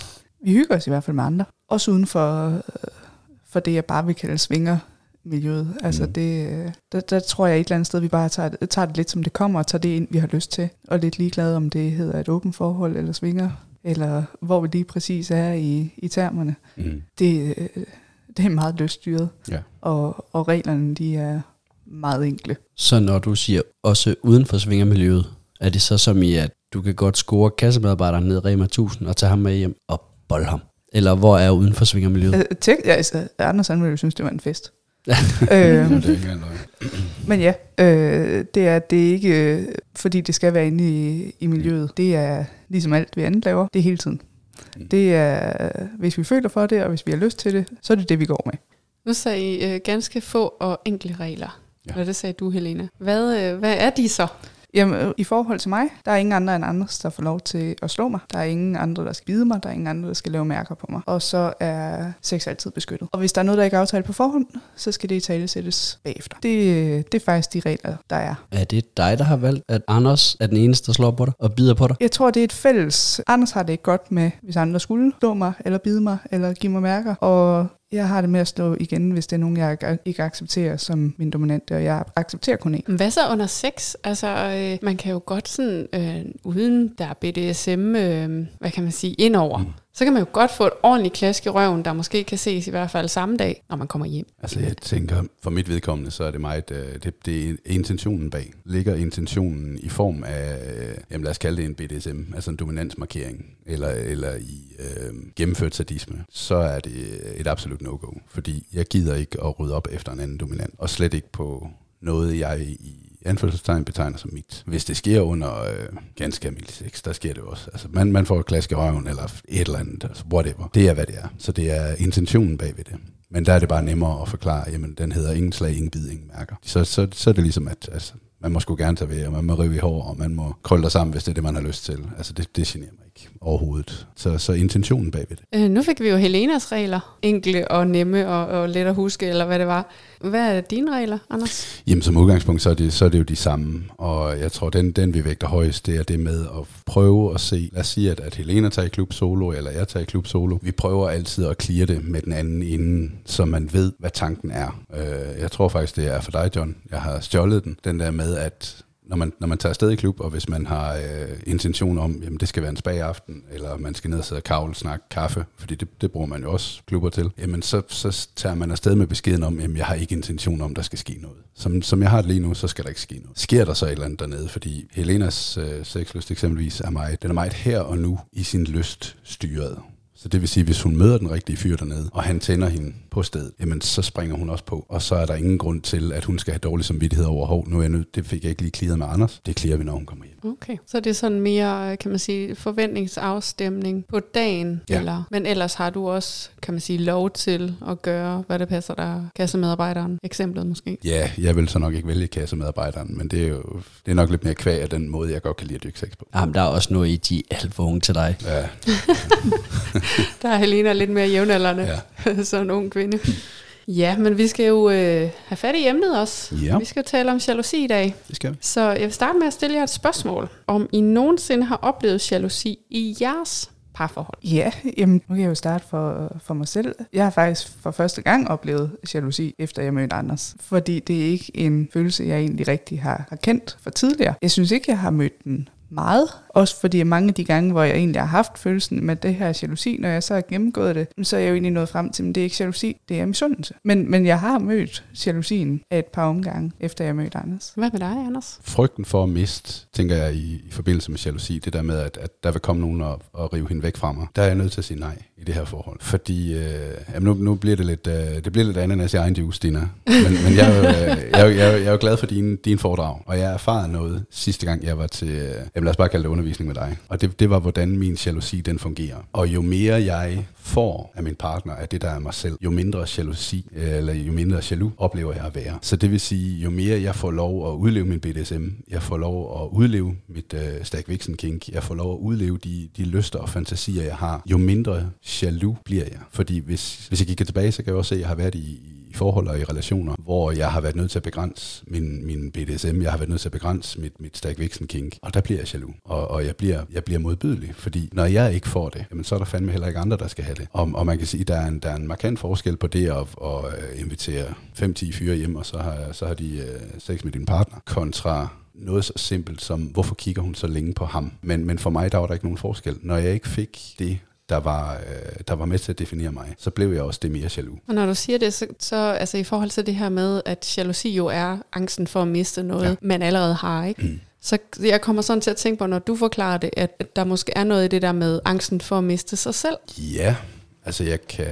vi hygger os i hvert fald med andre. Også uden for, for det, jeg bare vil kalde svingermiljøet. Altså, mm. det, der, der tror jeg et eller andet sted, vi bare tager, tager det lidt, som det kommer, og tager det ind, vi har lyst til. Og lidt ligeglade, om det hedder et åbent forhold eller svinger, eller hvor vi lige præcis er i, i termerne. Mm. Det, det er meget lyststyret, ja. og, og reglerne, de er meget enkle. Så når du siger også uden for svingermiljøet, er det så som i, at du kan godt score kassemedarbejderen ned i Rema tusind og tage ham med hjem og bolle ham? Eller hvor er uden for svingermiljøet? Øh, tæk, ja, altså, Anders han ville jo synes, det var en fest. øhm, ja, det er ikke men ja, øh, det er det er ikke, øh, fordi det skal være inde i, i miljøet. Det er ligesom alt, vi andet laver. Det er hele tiden. Mm. Det er, hvis vi føler for det, og hvis vi har lyst til det, så er det det, vi går med. Nu sagde I øh, ganske få og enkle regler. Ja. Og det sagde du, Helena. Hvad, øh, hvad er de så? Jamen, i forhold til mig, der er ingen andre end Anders, der får lov til at slå mig. Der er ingen andre, der skal bide mig. Der er ingen andre, der skal lave mærker på mig. Og så er sex altid beskyttet. Og hvis der er noget, der ikke er aftalt på forhånd, så skal det i tale sættes bagefter. Det, det er faktisk de regler, der er. Er det dig, der har valgt, at Anders er den eneste, der slår på dig og bider på dig? Jeg tror, det er et fælles. Anders har det ikke godt med, hvis andre skulle slå mig, eller bide mig, eller give mig mærker. Og jeg har det med at slå igen, hvis det er nogen, jeg ikke accepterer som min dominante, og jeg accepterer kun en. Hvad så under sex? Altså, øh, man kan jo godt sådan, øh, uden der er B D S M, øh, hvad kan man sige, indover, mm. så kan man jo godt få et ordentligt klask i røven, der måske kan ses i hvert fald samme dag, når man kommer hjem. Altså jeg tænker, for mit vedkommende, så er det meget, det, det er intentionen bag. Ligger intentionen i form af, jamen lad os kalde det en B D S M, altså en dominansmarkering, eller, eller i øh, gennemført sadisme, så er det et absolut no-go. Fordi jeg gider ikke at rydde op efter en anden dominant, og slet ikke på noget, jeg i anførselstegn betegner som mit. Hvis det sker under øh, ganske almindelig sex, der sker det også. Altså man, man får et klask i røven, eller et eller andet, altså whatever. Det er, hvad det er. Så det er intentionen bagved det. Men der er det bare nemmere at forklare, jamen den hedder ingen slag, ingen bid, ingen mærker. Så, så, så er det ligesom, at altså, man må sgu gerne tage ved, og man må rive i hår, og man må krølle dig sammen, hvis det er det, man har lyst til. Altså, det, det generer mig ikke overhovedet. Så, så intentionen bagved det. Øh, nu fik vi jo Helenas regler. Enkle og nemme og, og let at huske, eller hvad det var. Hvad er dine regler, Anders? Jamen, som udgangspunkt, så er det, så er det jo de samme. Og jeg tror, den, den vi vægter højst, det er det med at prøve at se. Lad os sige, at, at Helena tager i klub solo, eller jeg tager i klub solo. Vi prøver altid at clear det med den anden inden, så man ved, hvad tanken er. Øh, jeg tror faktisk, det er for dig, John. Jeg har stjålet den. Den der med, at Når man, når man tager afsted i klub, og hvis man har øh, intention om, jamen det skal være en spa-aften, eller man skal ned og sidde og kavle, snakke kaffe, fordi det, det bruger man jo også klubber til, jamen så, så tager man afsted med beskeden om, jamen jeg har ikke intention om, der skal ske noget. Som, som jeg har det lige nu, så skal der ikke ske noget. Sker der så et eller andet dernede, fordi Helenas øh, sexlyst eksempelvis er meget, den er meget her og nu i sin lyst styret. Så det vil sige, hvis hun møder den rigtige fyr dernede, og han tænder hende på stedet, jamen så springer hun også på. Og så er der ingen grund til, at hun skal have dårlig samvittighed over, hov, nu er jeg nødt, det fik jeg ikke lige clearet med Anders. Det clearer vi, når hun kommer hjem. Okay, så det er sådan mere, kan man sige, forventningsafstemning på dagen, ja. Eller, men ellers har du også, kan man sige, lov til at gøre, hvad det passer der, kassemedarbejderen, eksemplet måske. Ja, jeg vil så nok ikke vælge kassemedarbejderen, men det er jo det er nok lidt mere kvæg af den måde, jeg godt kan lide at dykke sex på. Jamen, der er også noget i, de er alt for unge til dig. Ja. Der er Helena lidt mere jævnaldrende, ja. Som en ung kvinde. Ja, men vi skal jo øh, have fat i emnet også. Ja. Vi skal jo tale om jalousi i dag. Det skal vi. Så jeg vil starte med at stille jer et spørgsmål. Om I nogensinde har oplevet jalousi i jeres parforhold? Ja, jamen, nu kan jeg jo starte for, for mig selv. Jeg har faktisk for første gang oplevet jalousi, efter jeg mødte Anders. Fordi det er ikke en følelse, jeg egentlig rigtig har, har kendt for tidligere. Jeg synes ikke, jeg har mødt den meget. Også fordi mange af de gange, hvor jeg egentlig har haft følelsen med det her jalousi, når jeg så har gennemgået det, så er jeg jo egentlig nået frem til, at det er ikke jalousi, det er misundelse. Men, men jeg har mødt jalousien af et par omgange, efter jeg mødte Anders. Hvad med dig, Anders? Frygten for at miste, tænker jeg i, i forbindelse med jalousi, det der med, at, at der vil komme nogen og, og rive hende væk fra mig. Der er jeg nødt til at sige nej i det her forhold. Fordi øh, jamen nu, nu bliver det lidt, øh, det bliver lidt ananas i egen juice, Dina. Men, men jeg, er jo, øh, jeg, er jo, jeg, er jo, jeg er jo glad for din, din foredrag, og jeg erfarede noget sidste gang, jeg var til, øh, jamen lad os bare kalde det undervisning med dig. Og det, det var, hvordan min jalousi, den fungerer. Og jo mere jeg får af min partner, af det, der er mig selv, jo mindre jalousi, eller jo mindre jaloux oplever jeg at være. Så det vil sige, jo mere jeg får lov at udleve min B D S M, jeg får lov at udleve mit øh, Stag Vixen kink, jeg får lov at udleve de, de lyster og fantasier, jeg har, jo mindre jaloux bliver jeg. Fordi hvis, hvis jeg kigger tilbage, så kan jeg også se, at jeg har været i, i forhold og i relationer, hvor jeg har været nødt til at begrænse min, min B D S M, jeg har været nødt til at begrænse mit, mit Stag Vixen kink, og der bliver jeg jaloux. Og, og jeg bliver, jeg bliver modbydelig, fordi når jeg ikke får det, jamen, så er der fandme heller ikke andre, der skal have det. Og, og man kan sige, at der er en, der er en markant forskel på det at, at invitere fem til ti fyre hjem, og så har, så har de uh, sex med din partner, kontra noget så simpelt som, hvorfor kigger hun så længe på ham? Men, men for mig, der var der ikke nogen forskel. Når jeg ikke fik det, der var, øh, der var med til at definere mig, så blev jeg også det mere jaloux. Og når du siger det, så, så altså i forhold til det her med, at jalousi jo er angsten for at miste noget, ja. Man allerede har, ikke? Mm. Så jeg kommer sådan til at tænke på, når du forklarer det, at, at der måske er noget i det der med angsten for at miste sig selv. Ja, altså jeg kan,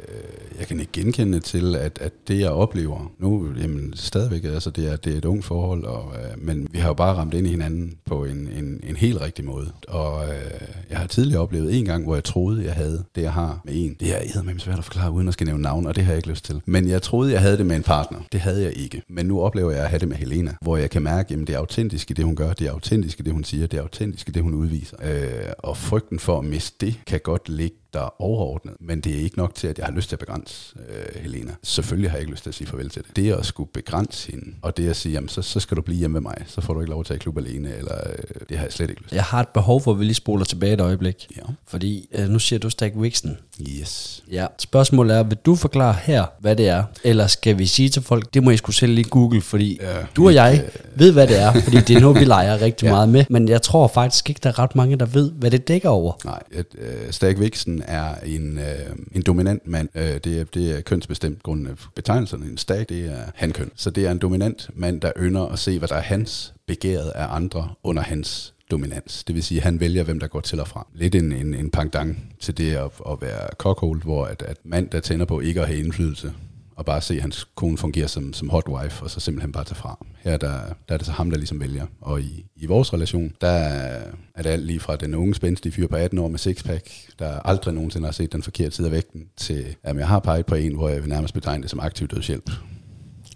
jeg kan ikke genkende til, at, at det jeg oplever nu, jamen stadigvæk, altså det er, det er et ungt forhold, og, øh, men vi har jo bare ramt ind i hinanden på en, en, en helt rigtig måde. Og øh, jeg har tidligere oplevet en gang, hvor jeg troede, jeg havde det, jeg har med en. Det er eddermame svært at forklare, uden at skal nævne navn, og det har jeg ikke lyst til. Men jeg troede, jeg havde det med en partner. Det havde jeg ikke. Men nu oplever jeg at have det med Helena, hvor jeg kan mærke, at det er autentisk i det, hun gør, det er autentisk i det, hun siger, det er autentisk i det, hun udviser. Øh, og frygten for at miste det, kan godt ligge der er overordnet, men det er ikke nok til, at jeg har lyst til at begrænse øh, Helena. Selvfølgelig har jeg ikke lyst til at sige farvel til det. Det at skulle begrænse hende, og det at sige, jamen så, så skal du blive hjemme med mig, så får du ikke lov at tage i klub alene, eller øh, det har jeg slet ikke lyst til. Jeg har et behov for, at vi lige spoler tilbage et øjeblik. Ja. Fordi øh, nu siger du Stag Vixen. Yes. Ja. Spørgsmålet er, vil du forklare her, hvad det er? Eller skal vi sige til folk, det må I skulle selv lige google, fordi ja, du og jeg øh... ved, hvad det er, fordi det er noget, vi leger rigtig ja. meget med. Men jeg tror faktisk ikke, der er ret mange, der ved, hvad det dækker over. Nej, et, øh, Stag Vixen er en, øh, en dominant mand. Øh, det, er, det er kønsbestemt grund af betegnelserne. En stag, det er hankøn. Så det er en dominant mand, der ynder at se, hvad der er hans begæret af andre under hans dominans. Det vil sige, at han vælger, hvem der går til og fra. Lidt en, en, en pendant til det at, at være cockhold, hvor at, at mand, der tænder på ikke at have indflydelse, og bare se, at hans kone fungerer som, som hot wife, og så simpelthen bare tage fra. Her der, der er det så ham, der ligesom vælger. Og i, i vores relation, der er det alt lige fra den unge spændstige fyr på atten år med sixpack, der aldrig nogensinde har set den forkerte side af vægten, til at jeg har peget på en, hvor jeg vil nærmest betegne det som aktiv dødshjælp.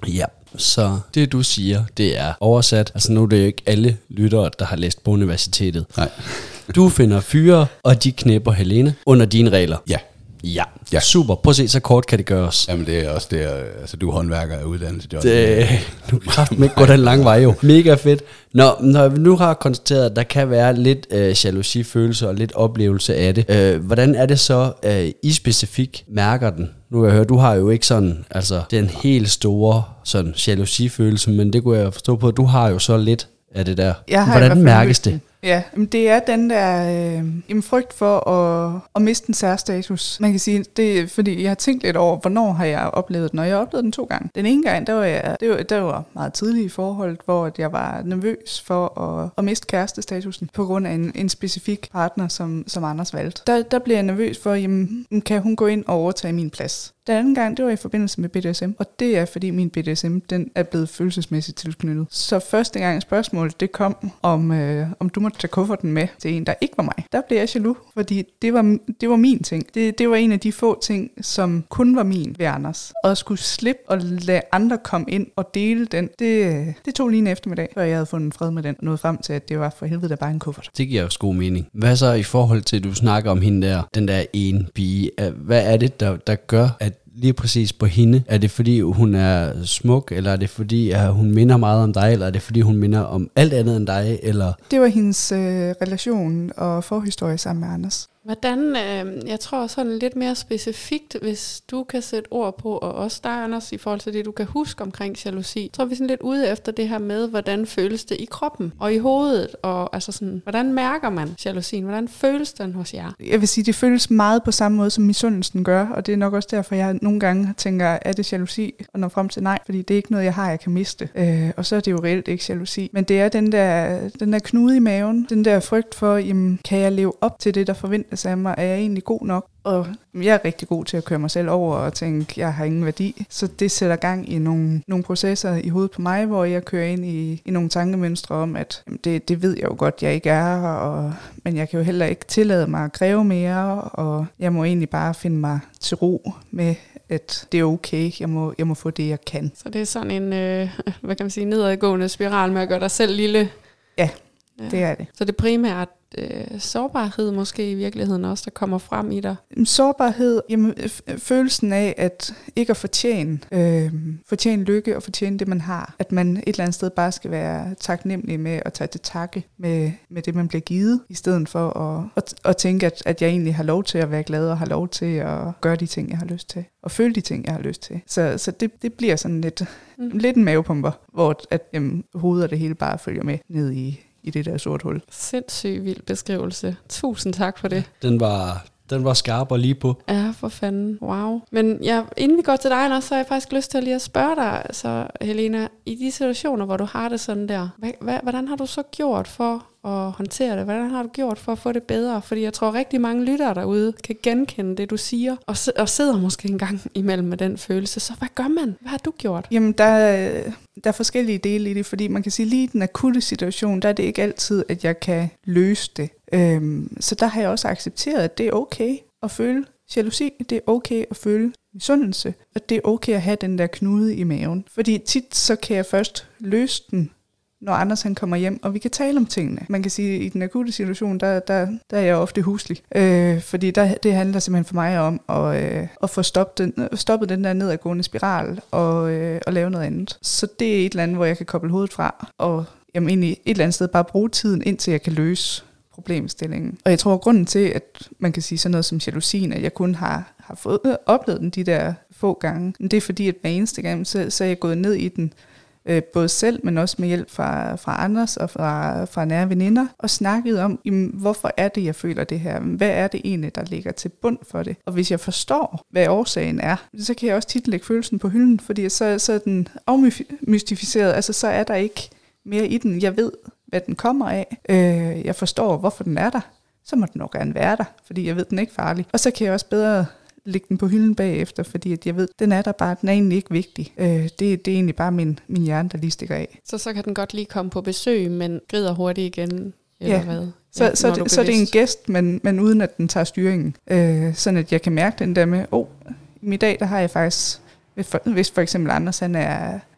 Ja, så det du siger, det er oversat. Altså nu er det jo ikke alle lyttere, der har læst på universitetet. Nej. Du finder fyre, og de knæpper Helene under dine regler. Ja. Ja, Ja. Super. Prøv at se, så kort kan det gøres. Jamen det er også det, altså du er håndværker af uddannelse, John. Det, du kan kraften ikke gå den lange vej jo. Mega fedt. Nå, når vi nu har konstateret, at der kan være lidt øh, jalousifølelse og lidt oplevelse af det. Øh, hvordan er det så, øh, I specifikt mærker den? Nu har jeg hørt, du har jo ikke sådan, altså den helt store sådan jalousifølelse, men det kunne jeg forstå på, at du har jo så lidt af det der. Jeg har i hvert Hvordan fald mærkes mødt det? Ja, men det er den der øh, en frygt for at, at miste en særstatus. Man kan sige, det er, fordi jeg har tænkt lidt over, hvornår har jeg oplevet den, og jeg har oplevet den to gange. Den ene gang, der var jeg, det var, der var meget tidligt i forholdet, hvor jeg var nervøs for at, at miste kærestestatusen på grund af en, en specifik partner, som, som Anders valgte. Der, der blev jeg nervøs for, jamen, kan hun gå ind og overtage min plads? Den anden gang, det var i forbindelse med B D S M, og det er, fordi min B D S M, den er blevet følelsesmæssigt tilknyttet. Så første gang spørgsmålet, det kom, om, øh, om du måtte tage kufferten med til en, der ikke var mig. Der blev jeg jaloux, fordi det var, det var min ting. Det, det var en af de få ting, som kun var min ved Anders. Og at skulle slippe og lade andre komme ind og dele den, det, det tog lige en eftermiddag, før jeg havde fundet fred med den, og nåede frem til, at det var for helvede der bare en kuffert. Det giver også god mening. Hvad så i forhold til, at du snakker om hende der, den der ene pige? Hvad er det, der, der gør, at lige præcis på hende? Er det fordi hun er smuk, eller er det fordi at hun minder meget om dig, eller er det fordi hun minder om alt andet end dig? Eller? Det var hendes øh, relation og forhistorie sammen med Anders. Hvordan, øh, jeg tror sådan lidt mere specifikt, hvis du kan sætte ord på, og også dig, Anders, i forhold til det, du kan huske omkring jalousi. Jeg tror, vi er sådan lidt ude efter det her med, hvordan føles det i kroppen og i hovedet, og altså sådan, hvordan mærker man jalousien? Hvordan føles den hos jer? Jeg vil sige, det føles meget på samme måde, som misundelsen gør, og det er nok også derfor, jeg nogle gange tænker, er det jalousi? Og når frem til nej, fordi det er ikke noget, jeg har, jeg kan miste. Øh, og så er det jo reelt ikke jalousi. Men det er den der, den der knude i maven, den der frygt for, jamen, kan jeg leve op til det, der forventes af mig? Er jeg egentlig god nok? Og jeg er rigtig god til at køre mig selv over og tænke, jeg har ingen værdi. Så det sætter gang i nogle, nogle processer i hovedet på mig, hvor jeg kører ind i, i nogle tankemønstre om, at det, det ved jeg jo godt, jeg ikke er, og, men jeg kan jo heller ikke tillade mig at kræve mere, og jeg må egentlig bare finde mig til ro med, at det er okay, jeg må, jeg må få det, jeg kan. Så det er sådan en, øh, hvad kan man sige, nedadgående spiral med at gøre dig selv lille? Ja, ja. Det er det. Så det primært øh, sårbarhed måske i virkeligheden også, der kommer frem i dig? Sårbarhed, jamen, f- følelsen af at ikke at fortjene, øh, fortjene lykke og fortjene det, man har. At man et eller andet sted bare skal være taknemmelig med at tage til takke med, med det, man bliver givet, i stedet for at, at, at tænke, at, at jeg egentlig har lov til at være glad og har lov til at gøre de ting, jeg har lyst til. Og føle de ting, jeg har lyst til. Så, så det, det bliver sådan lidt, mm. lidt en mavepumper, hvor at, jamen, hovedet og det hele bare følger med ned i i det der sort hul. Sindssygt vild beskrivelse. Tusind tak for det. Den var, den var skarp og lige på. Ja, for fanden. Wow. Men ja, inden vi går til dig, Anders, så har jeg faktisk lyst til at lige at spørge dig, så Helena, i de situationer, hvor du har det sådan der, hvad, hvad, hvordan har du så gjort for at håndtere det? Hvordan har du gjort for at få det bedre? Fordi jeg tror, rigtig mange lyttere derude kan genkende det, du siger, og, og sidder måske en gang imellem med den følelse. Så hvad gør man? Hvad har du gjort? Jamen, der, der er forskellige dele i det, fordi man kan sige, lige i den akutte situation, der er det ikke altid, at jeg kan løse det. Øhm, så der har jeg også accepteret, at det er okay at føle jalousi, det er okay at føle misundelse, og det er okay at have den der knude i maven. Fordi tit så kan jeg først løse den, når Anders han kommer hjem, og vi kan tale om tingene. Man kan sige, at i den akutte situation, der, der, der er jeg ofte huslig. Øh, fordi der, det handler simpelthen for mig om at, øh, at få stoppet den, stoppet den der nedadgående spiral, og, øh, og lave noget andet. Så det er et eller andet, hvor jeg kan koble hovedet fra, og jamen, egentlig et eller andet sted bare bruge tiden, indtil jeg kan løse problemstillingen. Og jeg tror, at grunden til, at man kan sige sådan noget som jalousien, at jeg kun har, har fået, øh, oplevet den de der få gange, det er fordi, at hver eneste gang, så, så er jeg gået ned i den, øh, både selv, men også med hjælp fra, fra Anders og fra, fra nære veninder, og snakket om, jamen, hvorfor er det, jeg føler det her? Hvad er det egentlig, der ligger til bund for det? Og hvis jeg forstår, hvad årsagen er, så kan jeg også tit lægge følelsen på hylden, fordi så, så er den afmystificeret, altså så er der ikke mere i den. Jeg ved, hvad den kommer af. Øh, jeg forstår, hvorfor den er der. Så må den nok gerne være der, fordi jeg ved, den er ikke farlig. Og så kan jeg også bedre lægge den på hylden bagefter, fordi at jeg ved, den er der bare, den er egentlig ikke vigtig. Øh, det, det er egentlig bare min, min hjerne, der lige stikker af. Så så kan den godt lige komme på besøg, men grider hurtigt igen, eller ja. hvad? Så, Ja, så, det, så det er en gæst, men, men uden at den tager styringen. Øh, sådan at jeg kan mærke den der med, åh, oh, i dag, der har jeg faktisk, hvis for, hvis for eksempel Anders, han er,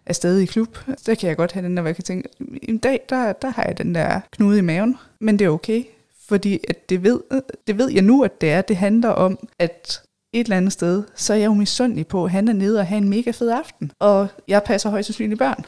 afsted i klub, der kan jeg godt have den der, hvor jeg kan tænke, en dag, der, der har jeg den der knude i maven, men det er okay, fordi at det, ved, det ved jeg nu, at det er. Det handler om, at et eller andet sted, så er jeg jo misundelig på, at han er nede og have en mega fed aften, og jeg passer højst sandsynligt børn.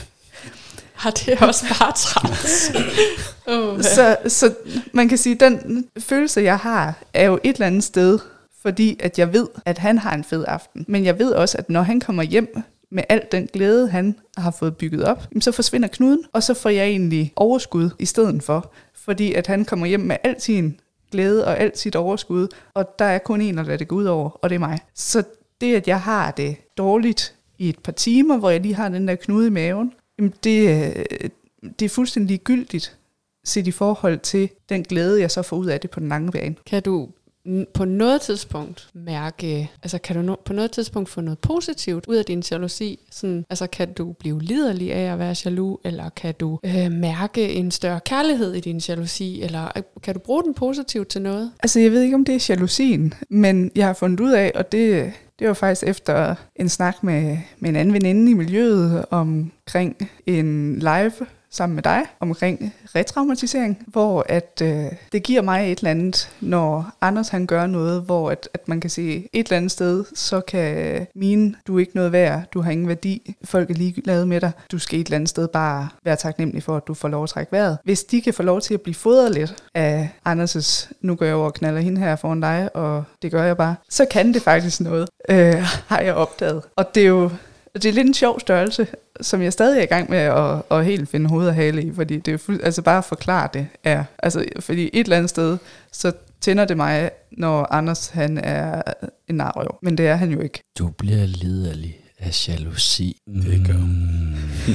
Har det også bare træls? oh, så, så man kan sige, at den følelse, jeg har, er jo et eller andet sted, fordi at jeg ved, at han har en fed aften. Men jeg ved også, at når han kommer hjem med al den glæde, han har fået bygget op, så forsvinder knuden, og så får jeg egentlig overskud i stedet for. Fordi at han kommer hjem med al sin glæde og alt sit overskud, og der er kun en, der lader det gå ud over, og det er mig. Så det, at jeg har det dårligt i et par timer, hvor jeg lige har den der knude i maven, det, det er fuldstændig ligegyldigt set i forhold til den glæde, jeg så får ud af det på den lange bane. Kan du på noget tidspunkt mærke, altså kan du no- på noget tidspunkt få noget positivt ud af din jalousi? Sådan, altså kan du blive liderlig af at være jaloux, eller kan du øh, mærke en større kærlighed i din jalousi, eller kan du bruge den positivt til noget? Altså jeg ved ikke, om det er jalousien, men jeg har fundet ud af, og det, det var faktisk efter en snak med, med en anden veninde i miljøet omkring en live sammen med dig omkring retraumatisering, hvor at øh, det giver mig et eller andet, når Anders han gør noget, hvor at, at man kan se et eller andet sted, så kan mine, du er ikke noget værd, du har ingen værdi, folk er ligeglade med dig, du skal et eller andet sted bare være taknemmelig for, at du får lov at trække vejret. Hvis de kan få lov til at blive fodret lidt af Anders' nu går jeg over og knaller hende her foran dig, og det gør jeg bare, så kan det faktisk noget, øh, har jeg opdaget. Og det er jo det er lidt en sjov størrelse, som jeg stadig er i gang med at, at helt finde hoved og hale i, fordi det er fuld, altså bare at forklare det er, altså fordi et eller andet sted, så tænder det mig, når Anders han er en narrøv, men det er han jo ikke. Du bliver liderlig af jalousi. Det gør mm.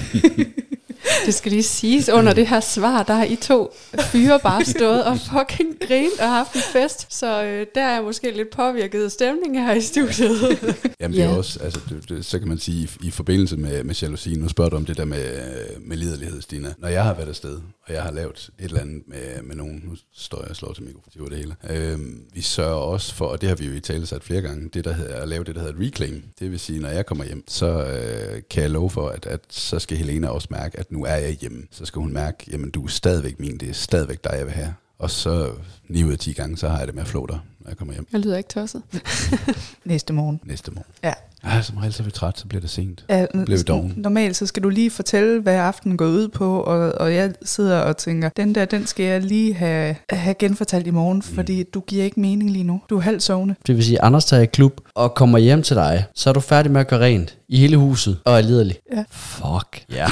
Det skal lige siges, under det her svar, der har I to fyre bare stået og fucking grint og haft en fest. Så øh, der er måske lidt påvirket af stemningen her i studiet. Jamen det er også, altså det, det, så kan man sige, i, i forbindelse med, med jalousi, nu spørger du om det der med, med liderlighed, Stina. Når jeg har været afsted, og jeg har lavet et eller andet med, med nogen, nu står jeg og slår til mikrofonen det hele, øhm, vi sørger også for, og det har vi jo i tale sat flere gange, det der hedder, at lave det, der hedder reclaim. Det vil sige, når jeg kommer hjem, så øh, kan jeg love for, at, at så skal Helena også mærke, at nu er jeg hjemme. Så skal hun mærke, jamen du er stadigvæk min, det er stadigvæk dig, jeg vil have. Og så ni ud af ti gange, så har jeg det med at flå dig, når jeg kommer hjem. Jeg lyder ikke tosset. Næste morgen. Næste morgen. Ja. Ja, som regel så er vi træt, så bliver det sent. Ja, så bliver vi doven. Normalt så skal du lige fortælle, hvad aftenen går ud på, og, og jeg sidder og tænker, den der, den skal jeg lige have, have genfortalt i morgen, mm. fordi du giver ikke mening lige nu. Du er halvt sovende. Det vil sige, at Anders tager i klub og kommer hjem til dig, så er du færdig med at gøre rent i hele huset og er liderlig. Ja. Fuck, ja.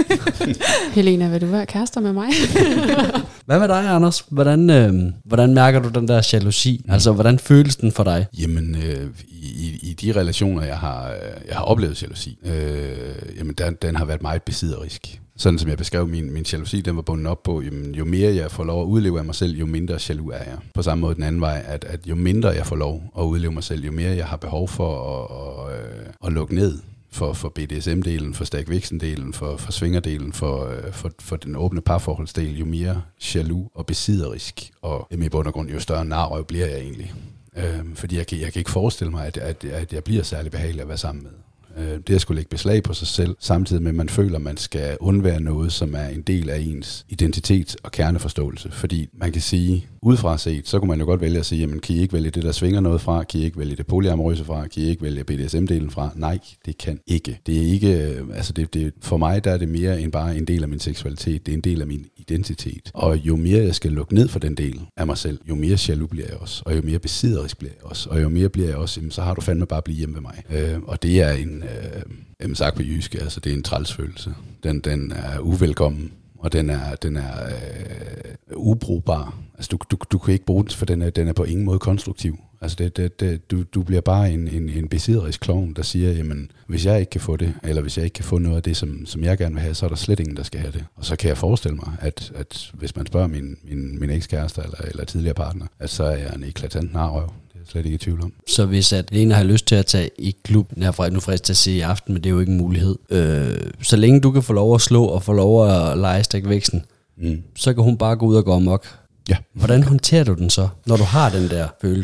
Helena, vil du være kærester med mig? Hvad med dig, Anders? Hvordan, øh, hvordan mærker du den der jalousi? Mm. Altså, hvordan føles den for dig? Jamen, øh, i, i de relationer, jeg har, jeg har oplevet jalousi, øh, jamen, den, den har været meget besidderisk. Sådan som jeg beskrev, min, min jalousi, den var bundet op på, jamen, jo mere jeg får lov at udleve af mig selv, jo mindre jaloux er jeg. På samme måde den anden vej, at, at jo mindre jeg får lov at udleve mig selv, jo mere jeg har behov for at, at, at lukke ned for, for B D S M-delen, for Stærk Vixen-delen, for, for svingerdelen, for, for, for den åbne parforholdsdel, jo mere jaloux og besidderisk, og i bund og grund, jo større narrøv bliver jeg egentlig. Øh, fordi jeg kan, jeg kan ikke forestille mig, at, at, at jeg bliver særlig behagelig at være sammen med. Øh, det at skulle lægge beslag på sig selv, samtidig med, at man føler, at man skal undvære noget, som er en del af ens identitet og kerneforståelse. Fordi man kan sige, udefra set, så kunne man jo godt vælge at sige, jamen kan I ikke vælge det, der svinger noget fra? Kan I ikke vælge det polyamorøse fra? Kan I ikke vælge B D S M-delen fra? Nej, det kan ikke. Det er ikke, altså det, det, for mig der er det mere end bare en del af min seksualitet. Det er en del af min identitet. Og jo mere jeg skal lukke ned for den del af mig selv, jo mere jaloux bliver jeg også. Og jo mere besidderisk bliver jeg også. Og jo mere bliver jeg også, jamen, så har du fandme bare blive hjemme ved mig. Øh, og det er en, øh, jamen sagt på jysk, altså det er en trælsfølelse. Den, den er uvelkommen. Og den er, den er øh, ubrugbar. Altså du, du, du kan ikke bruge den, for den er, den er på ingen måde konstruktiv. Altså det, det, det, du, du bliver bare en, en, en besidderisk klovn, der siger, jamen hvis jeg ikke kan få det, eller hvis jeg ikke kan få noget af det, som, som jeg gerne vil have, så er der slet ingen, der skal have det. Og så kan jeg forestille mig, at, at hvis man spørger min, min, min ekskæreste eller, eller tidligere partner, at så er jeg en eklatant narrøv. Det er jeg slet ikke i tvivl om. Så hvis at Lena har lyst til at tage i klub, nu frisk til at se i aften, men det er jo ikke en mulighed. Øh, så længe du kan få lov at slå og få lov at lege Stærk Vixen, mm. så kan hun bare gå ud og gå amok. Ja. Hvordan håndterer du den så, når du har den der følelse?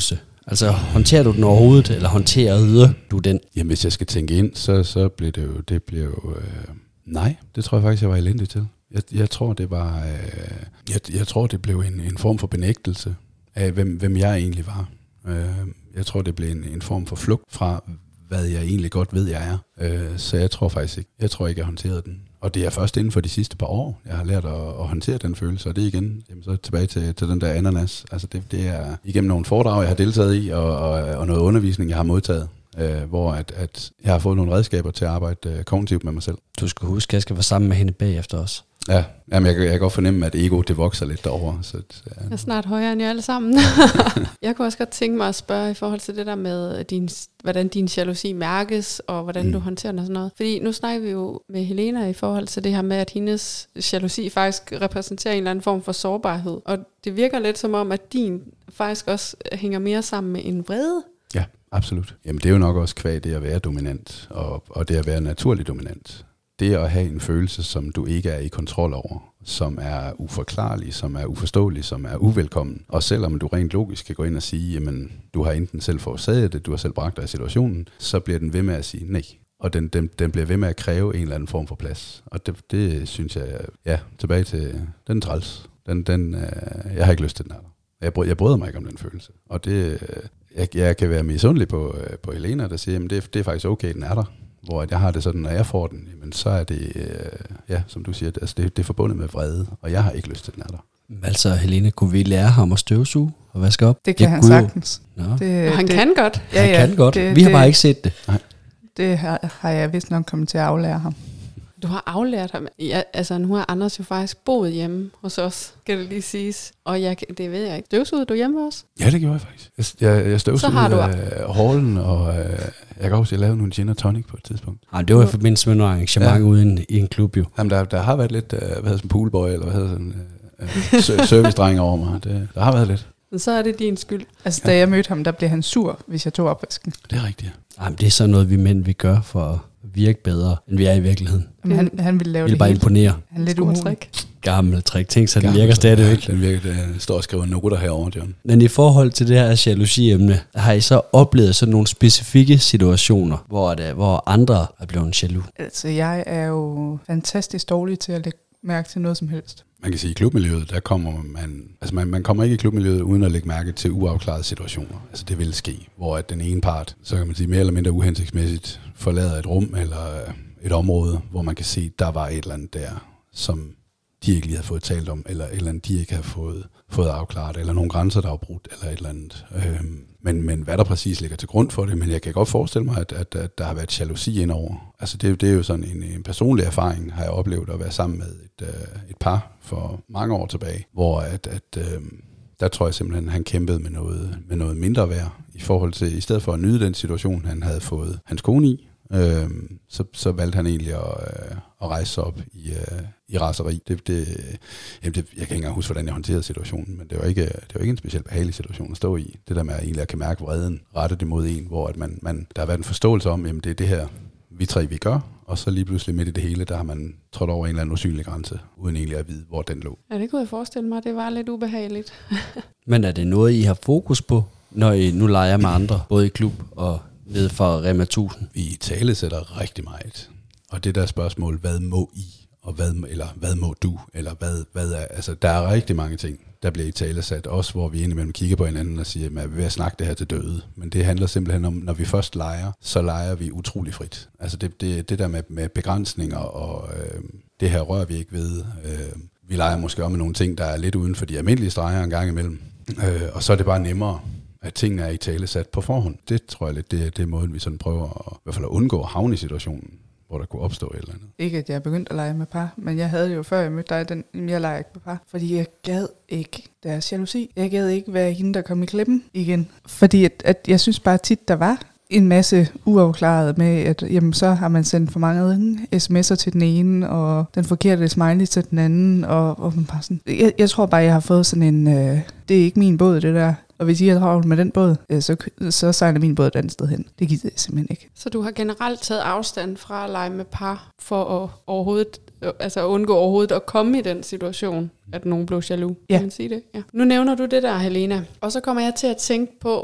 Altså, håndterer du den overhovedet, eller håndterer du den? Jamen, hvis jeg skal tænke ind, så, så bliver det jo... Det bliver jo øh, nej, det tror jeg faktisk, jeg var elendig til. Jeg, jeg tror, det var... Øh, jeg, jeg tror, det blev en, en form for benægtelse af, hvem, hvem jeg egentlig var. Øh, jeg tror, det blev en, en form for flugt fra, hvad jeg egentlig godt ved, jeg er. Øh, så jeg tror faktisk ikke. Jeg tror ikke, jeg håndterede den. Og det er først inden for de sidste par år, jeg har lært at, at håndtere den følelse. Og det er igen, jamen så tilbage til, til den der ananas. Altså det, det er igennem nogle foredrag, jeg har deltaget i, og, og, og noget undervisning, jeg har modtaget. Øh, hvor at, at jeg har fået nogle redskaber til at arbejde øh, kognitivt med mig selv. Du skal huske, at jeg skal være sammen med hende bagefter også. Ja, jamen jeg, jeg kan godt fornemme, at ego det vokser lidt derovre. Så, ja. Jeg er snart højere end jer alle sammen. Jeg kunne også godt tænke mig at spørge i forhold til det der med, din, hvordan din jalousi mærkes, og hvordan mm. du håndterer den og sådan noget. Fordi nu snakker vi jo med Helena i forhold til det her med, at hendes jalousi faktisk repræsenterer en eller anden form for sårbarhed. Og det virker lidt som om, at din faktisk også hænger mere sammen med en vrede. Ja, absolut. Jamen det er jo nok også kvad det at være dominant, og, og det at være naturlig dominant. Det at have en følelse, som du ikke er i kontrol over, som er uforklarlig, som er uforståelig, som er uvelkommen. Og selvom du rent logisk kan gå ind og sige, jamen du har enten selv forårsaget det, du har selv bragt dig i situationen, så bliver den ved med at sige nej. Og den, den, den bliver ved med at kræve en eller anden form for plads. Og det, det synes jeg, ja, tilbage til den træls. Den, den, øh, jeg har ikke lyst til den her. Jeg, bry, jeg bryder mig ikke om den følelse. Og det, jeg, jeg kan være misundelig på, på Helena, der siger, at det, det er faktisk okay, den er der. Hvor jeg har det sådan, når jeg får den, jamen, så er det, øh, ja, som du siger, altså det, det er forbundet med vrede, og jeg har ikke lyst til, den er der. Altså, Helena, kunne vi lære ham at støvsuge og vaske op? Det kan jeg han sagtens. Jo. Det, og han det, kan godt. Ja, han ja, kan godt. Det, vi har det, bare ikke set det. Nej. Det har, har jeg vist nok kommet til at aflære ham. Du har aflært ham. Ja, altså, nu har Anders jo faktisk boet hjemme hos os, skal det lige siges. Og jeg, det ved jeg ikke. Støvsugede du hjemme også? Ja, det gjorde jeg faktisk. Jeg, jeg, jeg støvsugede øh, hallen, og øh, jeg kan også, jeg lavede nogle gin og tonic på et tidspunkt. Ja, det var i forbindelse med nogle arrangement ja. Ude i en klub jo. Jamen, der, der har været lidt, øh, hvad hedder sådan poolboy, eller hvad hedder sådan, øh, service-dreng over mig. Det, der har været lidt. Men så er det din skyld. Altså, da jeg mødte ham, der blev han sur, hvis jeg tog opvasken. Det er rigtigt, ja. Jamen, det er sådan noget, vi mænd vi gør for at virke bedre, end vi er i virkeligheden. Jamen, han, han ville lave vil det bare helt. Imponere. Han er lidt umulig. Gammel trick. Tænk så, den virker stadigvæk. Ja, den virker, den står og skriver noter herovre, John. Men i forhold til det her jalousi-emne, har I så oplevet sådan nogle specifikke situationer, hvor, det, hvor andre er blevet jaloux? Altså, jeg er jo fantastisk dårlig til at lægge mærke til noget som helst. Man kan sige, at i klubmiljøet, der kommer man, altså man, man kommer ikke i klubmiljøet uden at lægge mærke til uafklarede situationer. Altså det vil ske, hvor at den ene part, så kan man sige mere eller mindre uhensigtsmæssigt, forlader et rum eller et område, hvor man kan se, der var et eller andet der, som de ikke lige havde fået talt om, eller et eller andet, de ikke havde fået, fået afklaret, eller nogle grænser, der var brudt, eller et eller andet. Øhm, men, men hvad der præcis ligger til grund for det, men jeg kan godt forestille mig, at, at, at der har været jalousi indover. Altså det, det er jo sådan en, en personlig erfaring, har jeg oplevet at være sammen med et, øh, et par for mange år tilbage, hvor at, at øh, der tror jeg simpelthen, at han kæmpede med noget, med noget mindre værd, i forhold til, i stedet for at nyde den situation, han havde fået hans kone i, øh, så, så valgte han egentlig at, øh, at rejse sig op i, øh, i raseri. Det, det, jamen det, jeg kan ikke engang huske, hvordan jeg håndterede situationen, men det var ikke, det var ikke en specielt behagelig situation at stå i. Det der med at egentlig at kan mærke vreden rettet imod en, hvor at man, man, der har været en forståelse om, jamen det er det her, vi tre vi gør, og så lige pludselig midt i det hele, der har man trådt over en eller anden usynlig grænse, uden egentlig at vide, hvor den lå. Ja, det kunne jeg forestille mig, det var lidt ubehageligt. Men er det noget, I har fokus på, når I nu leger med andre, både i klub og nede for Rema tusind? Vi talesætter rigtig meget. Og det der spørgsmål, hvad må I? Og hvad, eller hvad må du? Eller hvad, hvad er, altså der er rigtig mange ting, der bliver i talesat. Også hvor vi indimellem kigger på hinanden og siger, at vi er ved at snakke det her til døde. Men det handler simpelthen om, når vi først leger, så leger vi utrolig frit. Altså det, det, det der med, med begrænsninger, og øh, det her rører vi ikke ved. Øh, vi leger måske om med nogle ting, der er lidt uden for de almindelige streger en gang imellem. Øh, og så er det bare nemmere, at tingene er i talesat på forhånd. Det tror jeg lidt, det, det er måden, vi sådan prøver at, i hvert fald at undgå at havne i situationen, hvor der kunne opstå et eller andet. Ikke at jeg er begyndt at lege med par, men jeg havde det jo før jeg mødte dig, den, jeg leger ikke med par, fordi jeg gad ikke deres jalousi. Jeg gad ikke være hende, der kom i klippen igen. Fordi at, at jeg synes bare tit, der var en masse uafklaret med, at jamen, så har man sendt for mange sms'er til den ene, og den forkerte smiley til den anden, og, og man bare sådan. Jeg, jeg tror bare, jeg har fået sådan en, øh, det er ikke min båd, det der. Og hvis I har travlt med den båd, så, så sejler min båd et andet sted hen. Det gider jeg simpelthen ikke. Så du har generelt taget afstand fra at lege med par, for at overhovedet, altså at undgå overhovedet at komme i den situation, at nogen blev jaloux? Ja. Kan man sige det? Ja. Nu nævner du det der, Helena. Og så kommer jeg til at tænke på,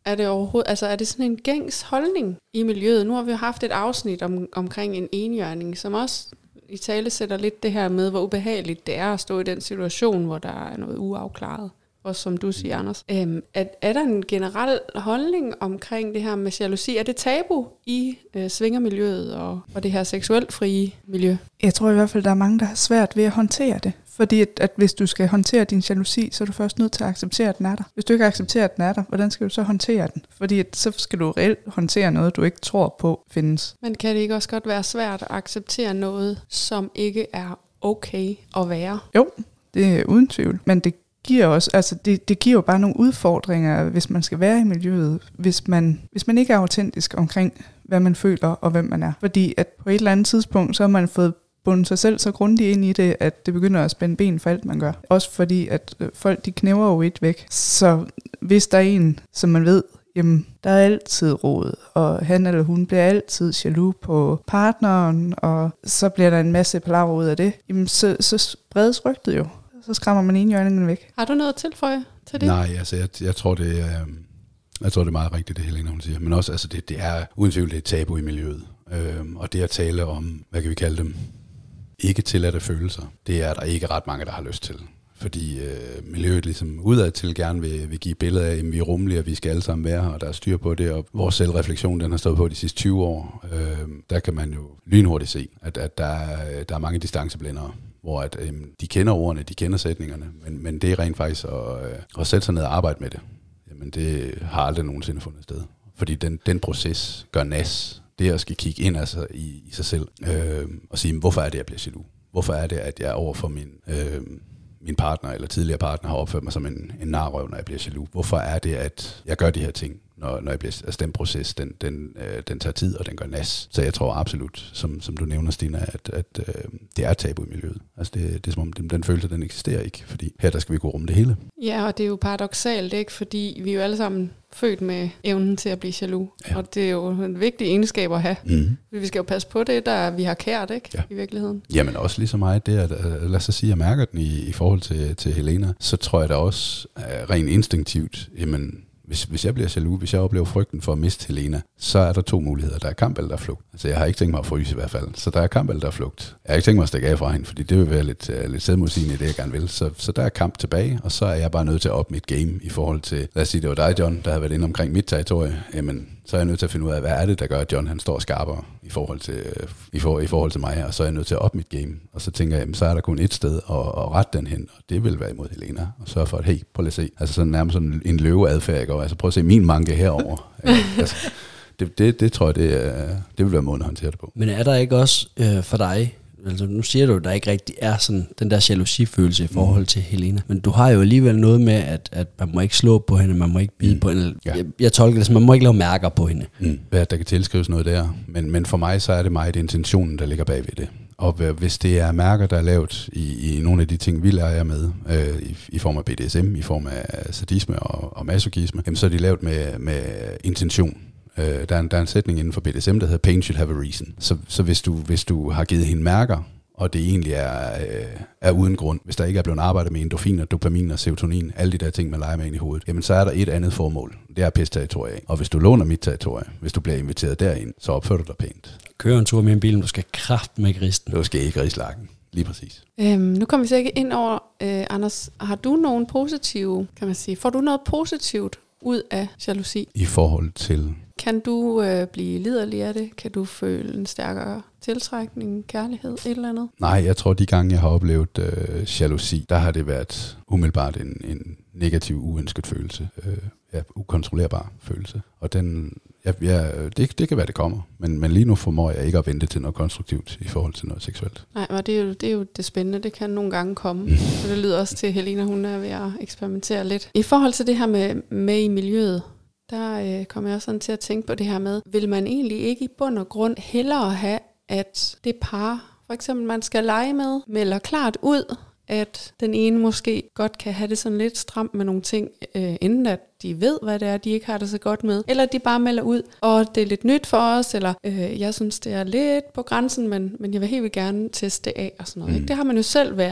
Er det overhovedet, altså er det sådan en gængs holdning i miljøet? Nu har vi jo haft et afsnit om, omkring en enhjørning, som også i tale sætter lidt det her med, hvor ubehageligt det er at stå i den situation, hvor der er noget uafklaret. Også som du siger, Anders. Øhm, er, er der en generel holdning omkring det her med jalousi? Er det tabu i øh, svingermiljøet og, og det her seksuelt frie miljø? Jeg tror i hvert fald, der er mange, der har svært ved at håndtere det. Fordi at, at hvis du skal håndtere din jalousi, så er du først nødt til at acceptere, at den er der. Hvis du ikke accepterer, at den er der, hvordan skal du så håndtere den? Fordi at, så skal du reelt håndtere noget, du ikke tror på findes. Men kan det ikke også godt være svært at acceptere noget, som ikke er okay at være? Jo, det er uden tvivl. Men det giver også, altså det, det giver jo bare nogle udfordringer, hvis man skal være i miljøet, hvis man, hvis man ikke er autentisk omkring, hvad man føler og hvem man er. Fordi at på et eller andet tidspunkt, så har man fået bundet sig selv så grundigt ind i det, at det begynder at spænde ben for alt, man gør. Også fordi, at folk, de knæver jo et væk. Så hvis der er en, som man ved, jamen, der er altid rod, og han eller hun bliver altid jaloux på partneren, og så bliver der en masse palaver ud af det, jamen, så, så spredes rygtet jo. Så skræmmer man enhjørningen væk. Har du noget at tilføje til det? Nej, altså jeg, jeg tror, det er, jeg tror, det er meget rigtigt, det Helena hun siger. Men også, altså det, det er uden tvivl et tabu i miljøet. Øhm, og det at tale om, hvad kan vi kalde dem, ikke tilladte følelser, det er der ikke ret mange, der har lyst til. Fordi øh, miljøet ligesom udadtil gerne vil, vil give billeder af, at vi er rummelige, og vi skal alle sammen være her, og der er styr på det, og vores selvreflektion, den har stået på de sidste tyve år. Øh, der kan man jo lynhurtigt se, at, at der, er, der er mange distanceblændere, hvor at, øh, de kender ordene, de kender sætningerne, men, men det er rent faktisk at, øh, at sætte sig ned og arbejde med det. Jamen det har aldrig nogensinde fundet sted. Fordi den, den proces gør nas. Det at skal kigge ind altså, i, i sig selv øh, og sige, hvorfor er det, jeg bliver jaloux? Hvorfor er det, at jeg overfor min, øh, min partner eller tidligere partner har opført mig som en, en narrøv, når jeg bliver jaloux? Hvorfor er det, at jeg gør de her ting, når, når jeg bliver... Altså den proces, den, den, øh, den tager tid, og den gør nas. Så jeg tror absolut, som, som du nævner, Stina, at, at øh, det er tabu i miljøet. Altså det, det er som om, den, den følelse, den eksisterer ikke, fordi her der skal vi gå rumme det hele. Ja, og det er jo paradoksalt, ikke? Fordi vi er jo alle sammen født med evnen til at blive jaloux. Ja. Og det er jo en vigtig egenskab at have. Mm. Vi skal jo passe på det, der vi har kært, ikke? Ja. I virkeligheden. Jamen også lige så meget det, at lad os sige, at jeg mærker den i, i forhold til, til Helena, så tror jeg da også uh, rent instinktivt, jamen Hvis, hvis jeg bliver jaloux, hvis jeg oplever frygten for at miste Helena, så er der to muligheder. Der er kamp eller der er flugt. Altså jeg har ikke tænkt mig at fryse i hvert fald. Så der er kamp eller der er flugt. Jeg har ikke tænkt mig at stikke af fra hende, fordi det vil være lidt, uh, lidt selvmodsigende i det, jeg gerne vil. Så, så der er kamp tilbage, og så er jeg bare nødt til at op mit game i forhold til, lad os sige, det var dig, John, der har været inde omkring mit territorie. Jamen, så er jeg nødt til at finde ud af, hvad er det, der gør, at John han står skarpere i forhold til, i for, i forhold til mig, og så er jeg nødt til at op mit game. Og så tænker jeg, jamen, så er der kun et sted at, at rette den hen, og det vil være imod Helena. Og sørge for, at hey, prøv at se. Altså sådan nærmest sådan en løveadfærd, ikke? Altså prøv at se min manke herover. altså, det, det, det tror jeg, det, det vil være måden at håndtere det på. Men er der ikke også øh, for dig, altså nu siger du, at der ikke rigtig er sådan den der jalousifølelse i forhold til Helena, men du har jo alligevel noget med, at, at man må ikke slå på hende, man må ikke bide mm. på hende. Ja. Jeg, jeg tolker det som, man må ikke lave mærker på hende. Mm. Ja, der kan tilskrives noget der, men, men for mig så er det meget intentionen, der ligger bagved det. Og hvis det er mærker, der er lavet i, i nogle af de ting, vi lærer med, øh, i, i form af B D S M, i form af sadisme og, og masochisme, jamen, så er de lavet med, med intention. Øh, der, er en, der er en sætning inden for B D S M, der hedder pain should have a reason. Så, så hvis, du, hvis du har givet hende mærker, og det egentlig er, øh, er uden grund, hvis der ikke er blevet arbejdet med endorfin og dopamin og serotonin, alle de der ting, man leger med ind i hovedet, jamen så er der et andet formål. Det er at pisse territoriet af. Og hvis du låner mit territorie, hvis du bliver inviteret derind, så opfører du dig pænt. Kør en tur med en bil, du skal kraft med gristen. Du skal ikke rislakken. Lige præcis. Øhm, nu kommer vi så ikke ind over, øh, Anders, har du nogen positive, kan man sige, får du noget positivt ud af jalousi? I forhold til... Kan du øh, blive liderlig af det? Kan du føle en stærkere tiltrækning, kærlighed, et eller andet? Nej, jeg tror, de gange, jeg har oplevet øh, jalousi, der har det været umiddelbart en, en negativ, uønsket følelse. Øh, ja, ukontrollerbar følelse. Og den, ja, ja, det, det kan være, det kommer. Men, men lige nu formår jeg ikke at vente til noget konstruktivt i forhold til noget seksuelt. Nej, og det er jo det, er jo det spændende. Det kan nogle gange komme. Mm. Og det lyder også til, Helena, hun er ved at eksperimentere lidt. I forhold til det her med, med i miljøet, der øh, kommer jeg sådan til at tænke på det her med, vil man egentlig ikke i bund og grund hellere have, at det par, for eksempel man skal lege med, melder klart ud, at den ene måske godt kan have det sådan lidt stramt med nogle ting, øh, inden at de ved, hvad det er, de ikke har det så godt med. Eller de bare melder ud, og det er lidt nyt for os, eller øh, jeg synes, det er lidt på grænsen, men, men jeg vil helt vildt gerne teste det af og sådan noget. Mm. Ikke? Det har man jo selv været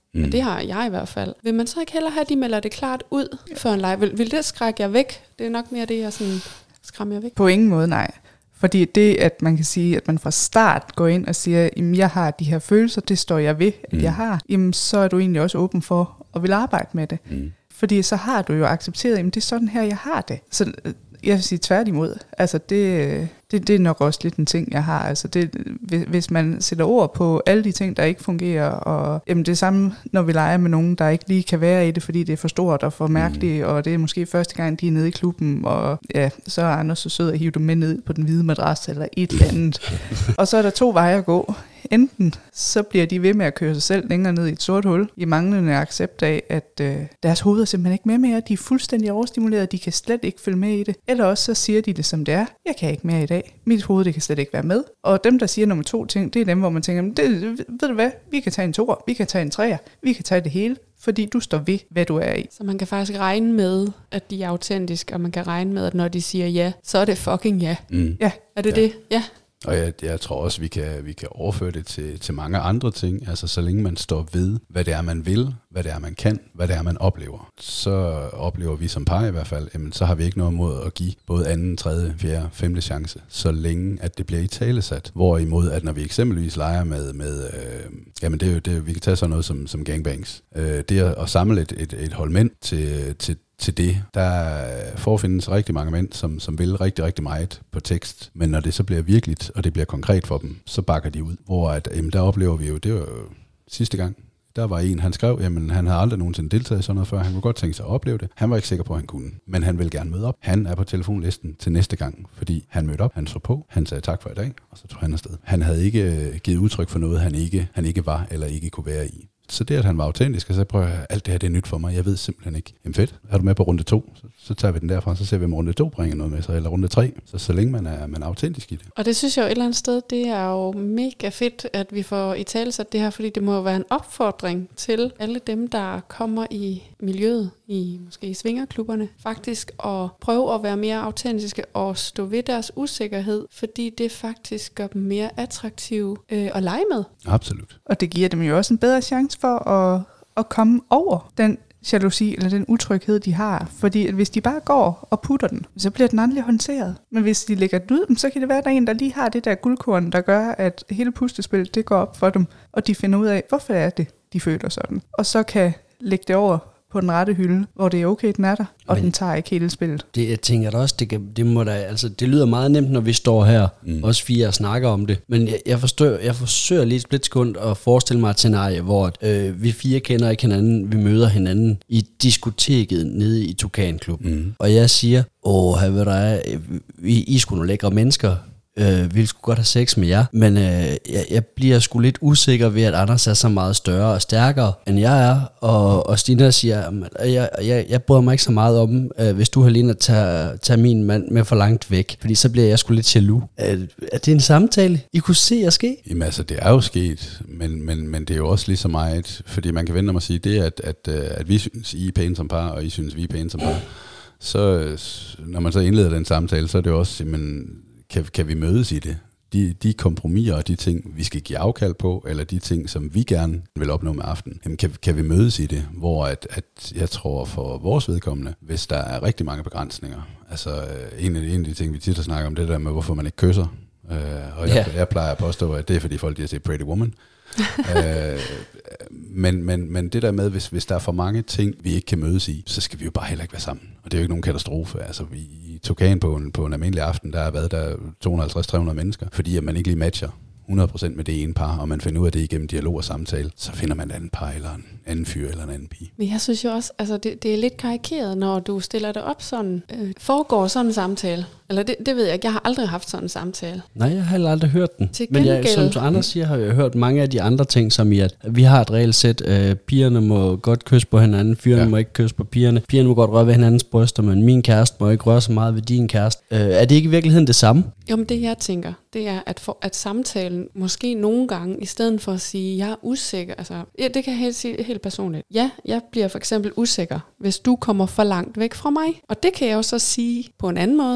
Mm. Og det har jeg i hvert fald. Vil man så ikke heller have, at de melder det klart ud før en live? Vil, vil det skrække jer væk? Det er nok mere det, jeg sådan skræmmer jer væk. På ingen måde, nej. Fordi det, at man kan sige, at man fra start går ind og siger, jamen jeg har de her følelser, det står jeg ved, at mm. jeg har, jamen så er du egentlig også åben for at vil arbejde med det. Mm. Fordi så har du jo accepteret, jamen det er sådan her, jeg har det. Så jeg vil sige tværtimod. Altså det, det, det er nok også lidt en ting, jeg har. Altså det, hvis man sætter ord på alle de ting, der ikke fungerer, og jamen det samme, når vi leger med nogen, der ikke lige kan være i det, fordi det er for stort og for mærkeligt, mm. og det er måske første gang, de er nede i klubben, og ja, så er Anders så sød at hive dem med ned på den hvide madras eller et eller andet. Og så er der to veje at gå. Enten så bliver de ved med at køre sig selv længere ned i et sort hul, i manglende accept af, at øh, deres hoveder er simpelthen ikke med mere, de er fuldstændig overstimuleret, de kan slet ikke følge med i det. Eller også så siger de det som det er, jeg kan ikke mere i dag, mit hoved det kan slet ikke være med. Og dem der siger nummer to ting, det er dem hvor man tænker, det, ved du hvad, vi kan tage en toer, vi kan tage en treer, vi kan tage det hele. Fordi du står ved, hvad du er i. Så man kan faktisk regne med, at de er autentiske, og man kan regne med, at når de siger ja, så er det fucking ja. Mm. Ja. Er det ja. det? Ja. Og jeg, jeg tror også, vi kan, vi kan overføre det til, til mange andre ting. Altså så længe man står ved, hvad det er, man vil, hvad det er, man kan, hvad det er, man oplever. Så oplever vi som par i hvert fald, jamen, så har vi ikke noget mod at give både anden, tredje, fjerde, femte chance, så længe at det bliver i talesat. Hvorimod, at når vi eksempelvis leger med, med øh, jamen det er jo, det er, vi kan tage sådan noget som, som gangbangs. Øh, det er at samle et, et, et hold mænd til, til Til det, der forefindes rigtig mange mænd, som, som vil rigtig, rigtig meget på tekst. Men når det så bliver virkeligt, og det bliver konkret for dem, så bakker de ud. Hvor at, jamen, der oplever vi jo, det var jo sidste gang, der var en, han skrev, jamen han havde aldrig nogensinde deltaget i sådan noget før. Han kunne godt tænke sig at opleve det. Han var ikke sikker på, at han kunne. Men han ville gerne møde op. Han er på telefonlisten til næste gang, fordi han mødte op, han så på, han sagde tak for i dag, og så tog han afsted. Han havde ikke givet udtryk for noget, han ikke, han ikke var eller ikke kunne være i. Så det, at han var autentisk, og så prøver jeg, alt det her, det er nyt for mig, jeg ved simpelthen ikke. Jamen fedt, er du med på runde to, så, så tager vi den derfra, så ser vi, om runde to bringer noget med sig, eller runde tre, så så længe man er, man er autentisk i det. Og det synes jeg jo et eller andet sted, det er jo mega fedt, at vi får i talesat det her, fordi det må jo være en opfordring til alle dem, der kommer i miljøet, i måske i svingerklubberne, faktisk at prøve at være mere autentiske og stå ved deres usikkerhed, fordi det faktisk gør dem mere attraktive øh, at lege med. Absolut. Og det giver dem jo også en bedre chance for at, at komme over den jalousi eller den utryghed, de har. Fordi at hvis de bare går og putter den, så bliver den aldrig håndteret. Men hvis de lægger den ud, så kan det være, at der er en, der lige har det der guldkorn, der gør, at hele puslespillet, det går op for dem, og de finder ud af, hvorfor er det, de føler sådan. Og så kan lægge det over på den rette hylde, hvor det er okay, den er der, og men den tager ikke hele spillet. Det, jeg tænker da også, det, kan, det, må da, altså, det lyder meget nemt, når vi står her, mm. også fire og snakker om det, men jeg, jeg, forstår, jeg forsøger lige et splitsekund at forestille mig et scenarie, hvor øh, vi fire kender ikke hinanden, vi møder hinanden i diskoteket nede i Tukanklubben, mm. og jeg siger, åh, hvad ved du, I, I er sgu nogle lækre mennesker, Øh, ville sgu godt have sex med jer, men øh, jeg, jeg bliver sgu lidt usikker ved, at Anders er så meget større og stærkere, end jeg er, og, og Stina siger, at jeg, jeg, jeg bryder mig ikke så meget om, øh, hvis du, Helena, tager, tager min mand med for langt væk, fordi så bliver jeg sgu lidt jaloux. Er, er det en samtale, I kunne se at ske? Jamen altså, det er jo sket, men, men, men det er jo også lige så meget, fordi man kan vente om at sige, det at, at, at vi synes, I er pæne som par, og I synes, vi er pæne som par, så når man så indleder den samtale, så er det jo også, jamen, Kan, kan vi mødes i det? De, de kompromiser og de ting, vi skal give afkald på, eller de ting, som vi gerne vil opnå med aftenen, jamen kan, kan vi mødes i det? Hvor at, at jeg tror for vores vedkommende, hvis der er rigtig mange begrænsninger, altså en af, de, en af de ting, vi tit har snakket om, det der med, hvorfor man ikke kysser, øh, og jeg, yeah. jeg plejer at påstå, at det er fordi folk, de har set Pretty Woman. øh, men, men, men det der med, hvis, hvis der er for mange ting, vi ikke kan mødes i, så skal vi jo bare heller ikke være sammen. Og det er jo ikke nogen katastrofe. Altså, vi Tukan på en, på en almindelig aften, der har været der to hundrede og halvtreds til tre hundrede mennesker, fordi at man ikke lige matcher hundrede procent med det ene par, og man finder ud af det igennem dialog og samtale, så finder man en anden par, eller en anden fyr, eller en anden pige. Men jeg synes jo også, altså det, det er lidt karikeret, når du stiller det op sådan, øh, foregår sådan en samtale. Eller det, det ved jeg ikke, jeg har aldrig haft sådan en samtale. Nej, jeg har heller aldrig hørt den. Til Men jeg, som så andre siger, har jeg hørt mange af de andre ting, som i at vi har et regelsæt, øh, pigerne må godt kysse på hinanden, fyrene ja. må ikke kysse på pigerne, pigerne må godt røre ved hinandens bryster, men min kæreste må ikke røre så meget ved din kæreste. Øh, er det ikke i virkeligheden det samme? Jo, men det jeg tænker, det er, at, for, at samtalen måske nogle gange, i stedet for at sige, jeg er usikker, altså ja, det kan jeg helt sige helt personligt. Ja, jeg bliver for eksempel usikker, hvis du kommer for langt væk fra mig. Og det kan jeg jo så sige på en anden måde. Det kan jeg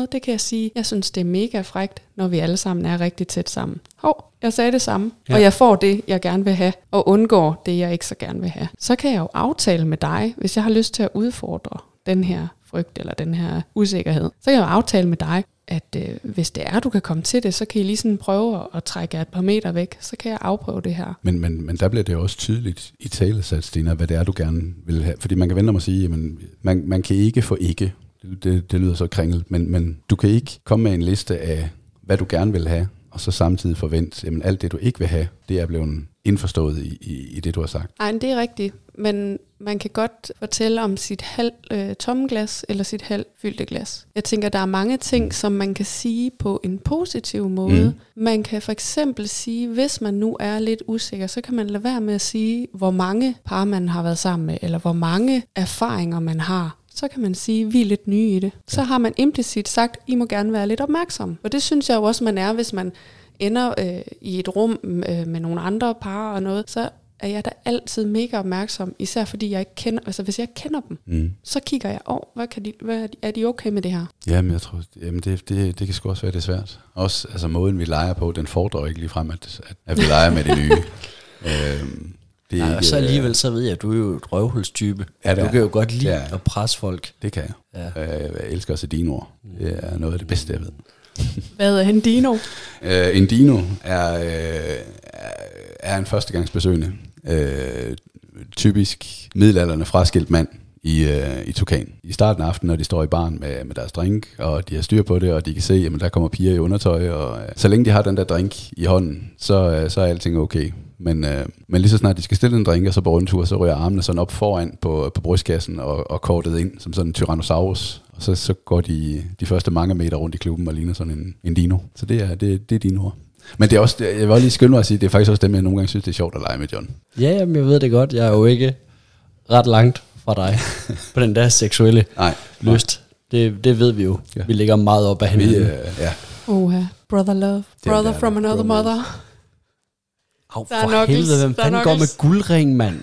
sige, jeg synes, det er mega frækt, når vi alle sammen er rigtig tæt sammen. Hov, jeg sagde det samme, Ja. og jeg får det, jeg gerne vil have, og undgår det, jeg ikke så gerne vil have. Så kan jeg jo aftale med dig, hvis jeg har lyst til at udfordre den her frygt eller den her usikkerhed. Så kan jeg jo aftale med dig, at øh, hvis det er, du kan komme til det, så kan I lige sådan prøve at, at trække jer et par meter væk, så kan jeg afprøve det her. Men, men, men der bliver det jo også tydeligt i talesat, Stina, hvad det er, du gerne vil have. Fordi man kan vente om at sige, at man, man kan ikke få ikke. Det, det, det lyder så kringlet, men, men du kan ikke komme med en liste af, hvad du gerne vil have, og så samtidig forvente, at alt det, du ikke vil have, det er blevet indforstået i, i, i det, du har sagt. Nej, det er rigtigt, men man kan godt fortælle om sit halv øh, tomme glas eller sit halv fyldte glas. Jeg tænker, der er mange ting, mm. som man kan sige på en positiv måde. Mm. Man kan for eksempel sige, hvis man nu er lidt usikker, så kan man lade være med at sige, hvor mange par man har været sammen med, eller hvor mange erfaringer man har. Så kan man sige, at vi er lidt nye i det. Så har man implicit sagt, I må gerne være lidt opmærksomme. Og det synes jeg jo også, man er, hvis man ender øh, i et rum øh, med nogle andre par og noget, så er jeg da altid mega opmærksom, især fordi jeg ikke kender, altså hvis jeg kender dem, mm. så kigger jeg over, hvad kan de, hvad er, de, er de okay med det her? Jamen jeg tror, jamen det, det, det kan sgu også være, det er svært. Også altså måden vi leger på, den fordrer ikke lige frem, at, at, at vi leger med det nye. øhm, det er Nej, ikke, og så alligevel, så ved jeg, at du er jo et røvhulstype. Ja, du kan jo godt lide ja. at presse folk. Det kan jeg. Ja. Jeg elsker også dine ord. Det er noget af det bedste, jeg ved. Hvad er en dino? Uh, en dino er, uh, er en førstegangsbesøgende, uh, typisk middelaldrende fraskilt mand i, uh, i Tukan. I starten af aftenen, når de står i baren med, med deres drink, og de har styr på det, og de kan se, at der kommer piger i undertøj, og uh, så længe de har den der drink i hånden, så, uh, så er alting okay. Men, øh, men lige så snart de skal stille en drink, og så på rundtur, så ryger armene sådan op foran på, på brystkassen og, og kortet ind som sådan en Tyrannosaurus. Og så, så går de de første mange meter rundt i klubben og ligner sådan en, en dino. Så det er, det, det er dine ord. Men det er også, jeg vil også lige skynde mig at sige, det er faktisk også dem, jeg nogle gange synes, det er sjovt at lege med, John. Ja, jamen, jeg ved det godt. Jeg er jo ikke ret langt fra dig på den der seksuelle Nej, lyst. Det, det ved vi jo. Ja. Vi ligger meget op ad Vi, hinanden. øh, ja. Oha, brother love, brother der, from another brother. mother. Au, Der er for knuckles, helvede, hvem der er fanden går knuckles. med guldring, mand?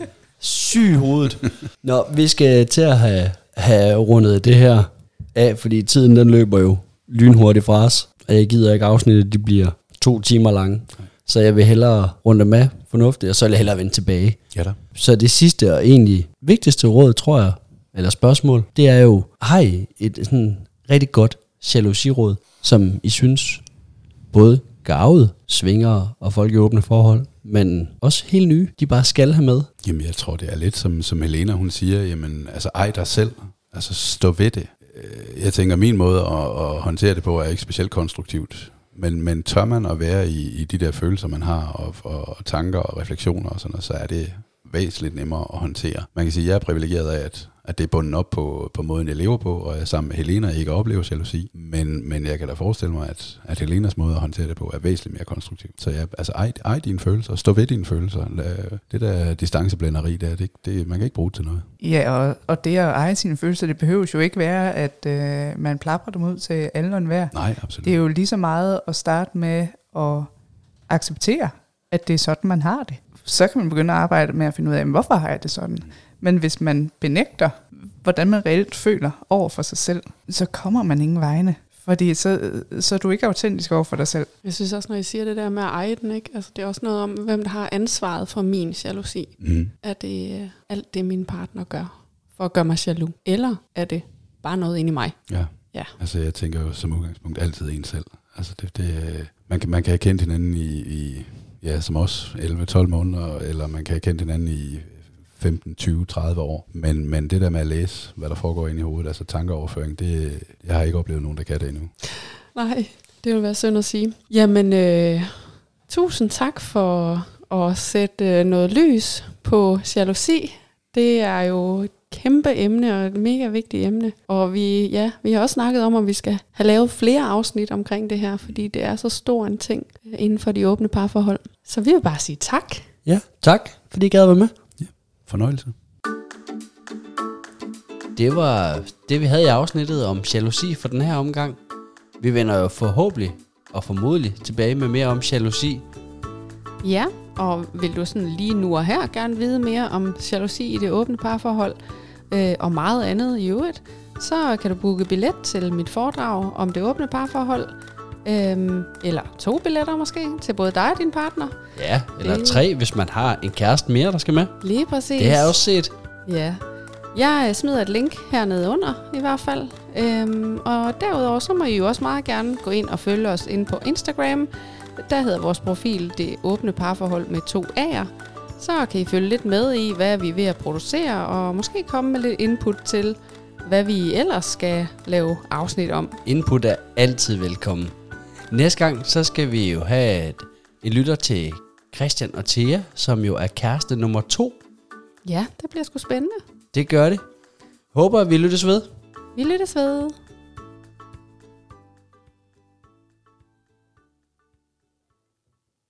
Syg hovedet. Nå, vi skal til at have, have rundet det her af, fordi tiden den løber jo lynhurtigt fra os, og jeg gider ikke afsnittet, de bliver to timer lange. Så jeg vil hellere runde med fornuftigt, og så vil jeg hellere vende tilbage. Ja da. Så det sidste og egentlig vigtigste råd, tror jeg, eller spørgsmål, det er jo, har I et sådan rigtig godt jalousiråd, som I synes både garvede svingere og folk i åbne forhold, men også helt nye, de bare skal have med? Jamen jeg tror, det er lidt som, som Helena, hun siger, jamen altså ej dig selv, altså stå ved det. Jeg tænker, min måde at, at håndtere det på er ikke specielt konstruktivt. Men, men tør man at være i, i de der følelser, man har, og, og, og tanker og refleksioner og sådan noget, så er det væsentligt nemmere at håndtere. Man kan sige, at jeg er privilegeret af, at, at det er bundet op på, på måden, jeg lever på, og jeg sammen med Helena ikke oplever jalousi. Men, men jeg kan da forestille mig, at, at Helenas måde at håndtere det på er væsentligt mere konstruktiv. Så jeg, altså, ej, ej dine følelser, stå ved dine følelser. Det der distanceblænderi der, det, det, man kan ikke bruge det til noget. Ja, og, og det at eje sine følelser, det behøver jo ikke være, at øh, man plapper dem ud til alle og enhver. Nej, absolut. Det er jo lige så meget at starte med at acceptere, at det er sådan, man har det. Så kan man begynde at arbejde med at finde ud af, hvorfor har jeg det sådan. Men hvis man benægter, hvordan man reelt føler over for sig selv, så kommer man ingen vegne. Fordi så, så er du ikke autentisk over for dig selv. Jeg synes også, når I siger det der med at eje den, ikke? Altså, det er også noget om, hvem der har ansvaret for min jalousi. Mm. Er det øh, alt det, min partner gør for at gøre mig jaloux? Eller er det bare noget inde i mig? Ja. Ja. Altså jeg tænker jo som udgangspunkt altid en selv. Altså det, det, man, kan, man kan have kendt hinanden i, i ja, som os, elleve tolv måneder, eller man kan have kendt hinanden i femten, tyve, tredive år. Men, men det der med at læse, hvad der foregår inde i hovedet, altså tankeoverføring, det, jeg har ikke oplevet nogen, der kan det endnu. Nej, det vil være synd at sige. Jamen, øh, tusind tak for at sætte øh, noget lys på jalousi. Det er jo et kæmpe emne og et mega vigtigt emne. Og vi, ja, vi har også snakket om, at vi skal have lavet flere afsnit omkring det her, fordi det er så stor en ting inden for de åbne parforhold. Så vi vil bare sige tak. Ja, tak, fordi I gad være med. Ja, fornøjelse. Det var det, vi havde i afsnittet om jalousi for den her omgang. Vi vender jo forhåbentlig og formodentlig tilbage med mere om jalousi. Ja, og vil du sådan lige nu og her gerne vide mere om jalousi i det åbne parforhold, øh, og meget andet i øvrigt, så kan du booke billet til mit foredrag om det åbne parforhold. Øhm, eller to billetter måske, til både dig og din partner. Ja, eller Det- tre, hvis man har en kæreste mere, der skal med. Lige præcis. Det har jeg også set. Ja. Jeg øh, smider et link hernede under, i hvert fald. Øhm, og derudover, så må I jo også meget gerne gå ind og følge os ind på Instagram. Der hedder vores profil Det Åbne Parforhold med to A'er. Så kan I følge lidt med i, hvad vi er ved at producere, og måske komme med lidt input til, hvad vi ellers skal lave afsnit om. Input er altid velkommen. Næste gang, så skal vi jo have et, et lytter til Christian og Thea, som jo er kæreste nummer to. Ja, det bliver sgu spændende. Det gør det. Håber, at vi lyttes ved. Vi lyttes ved.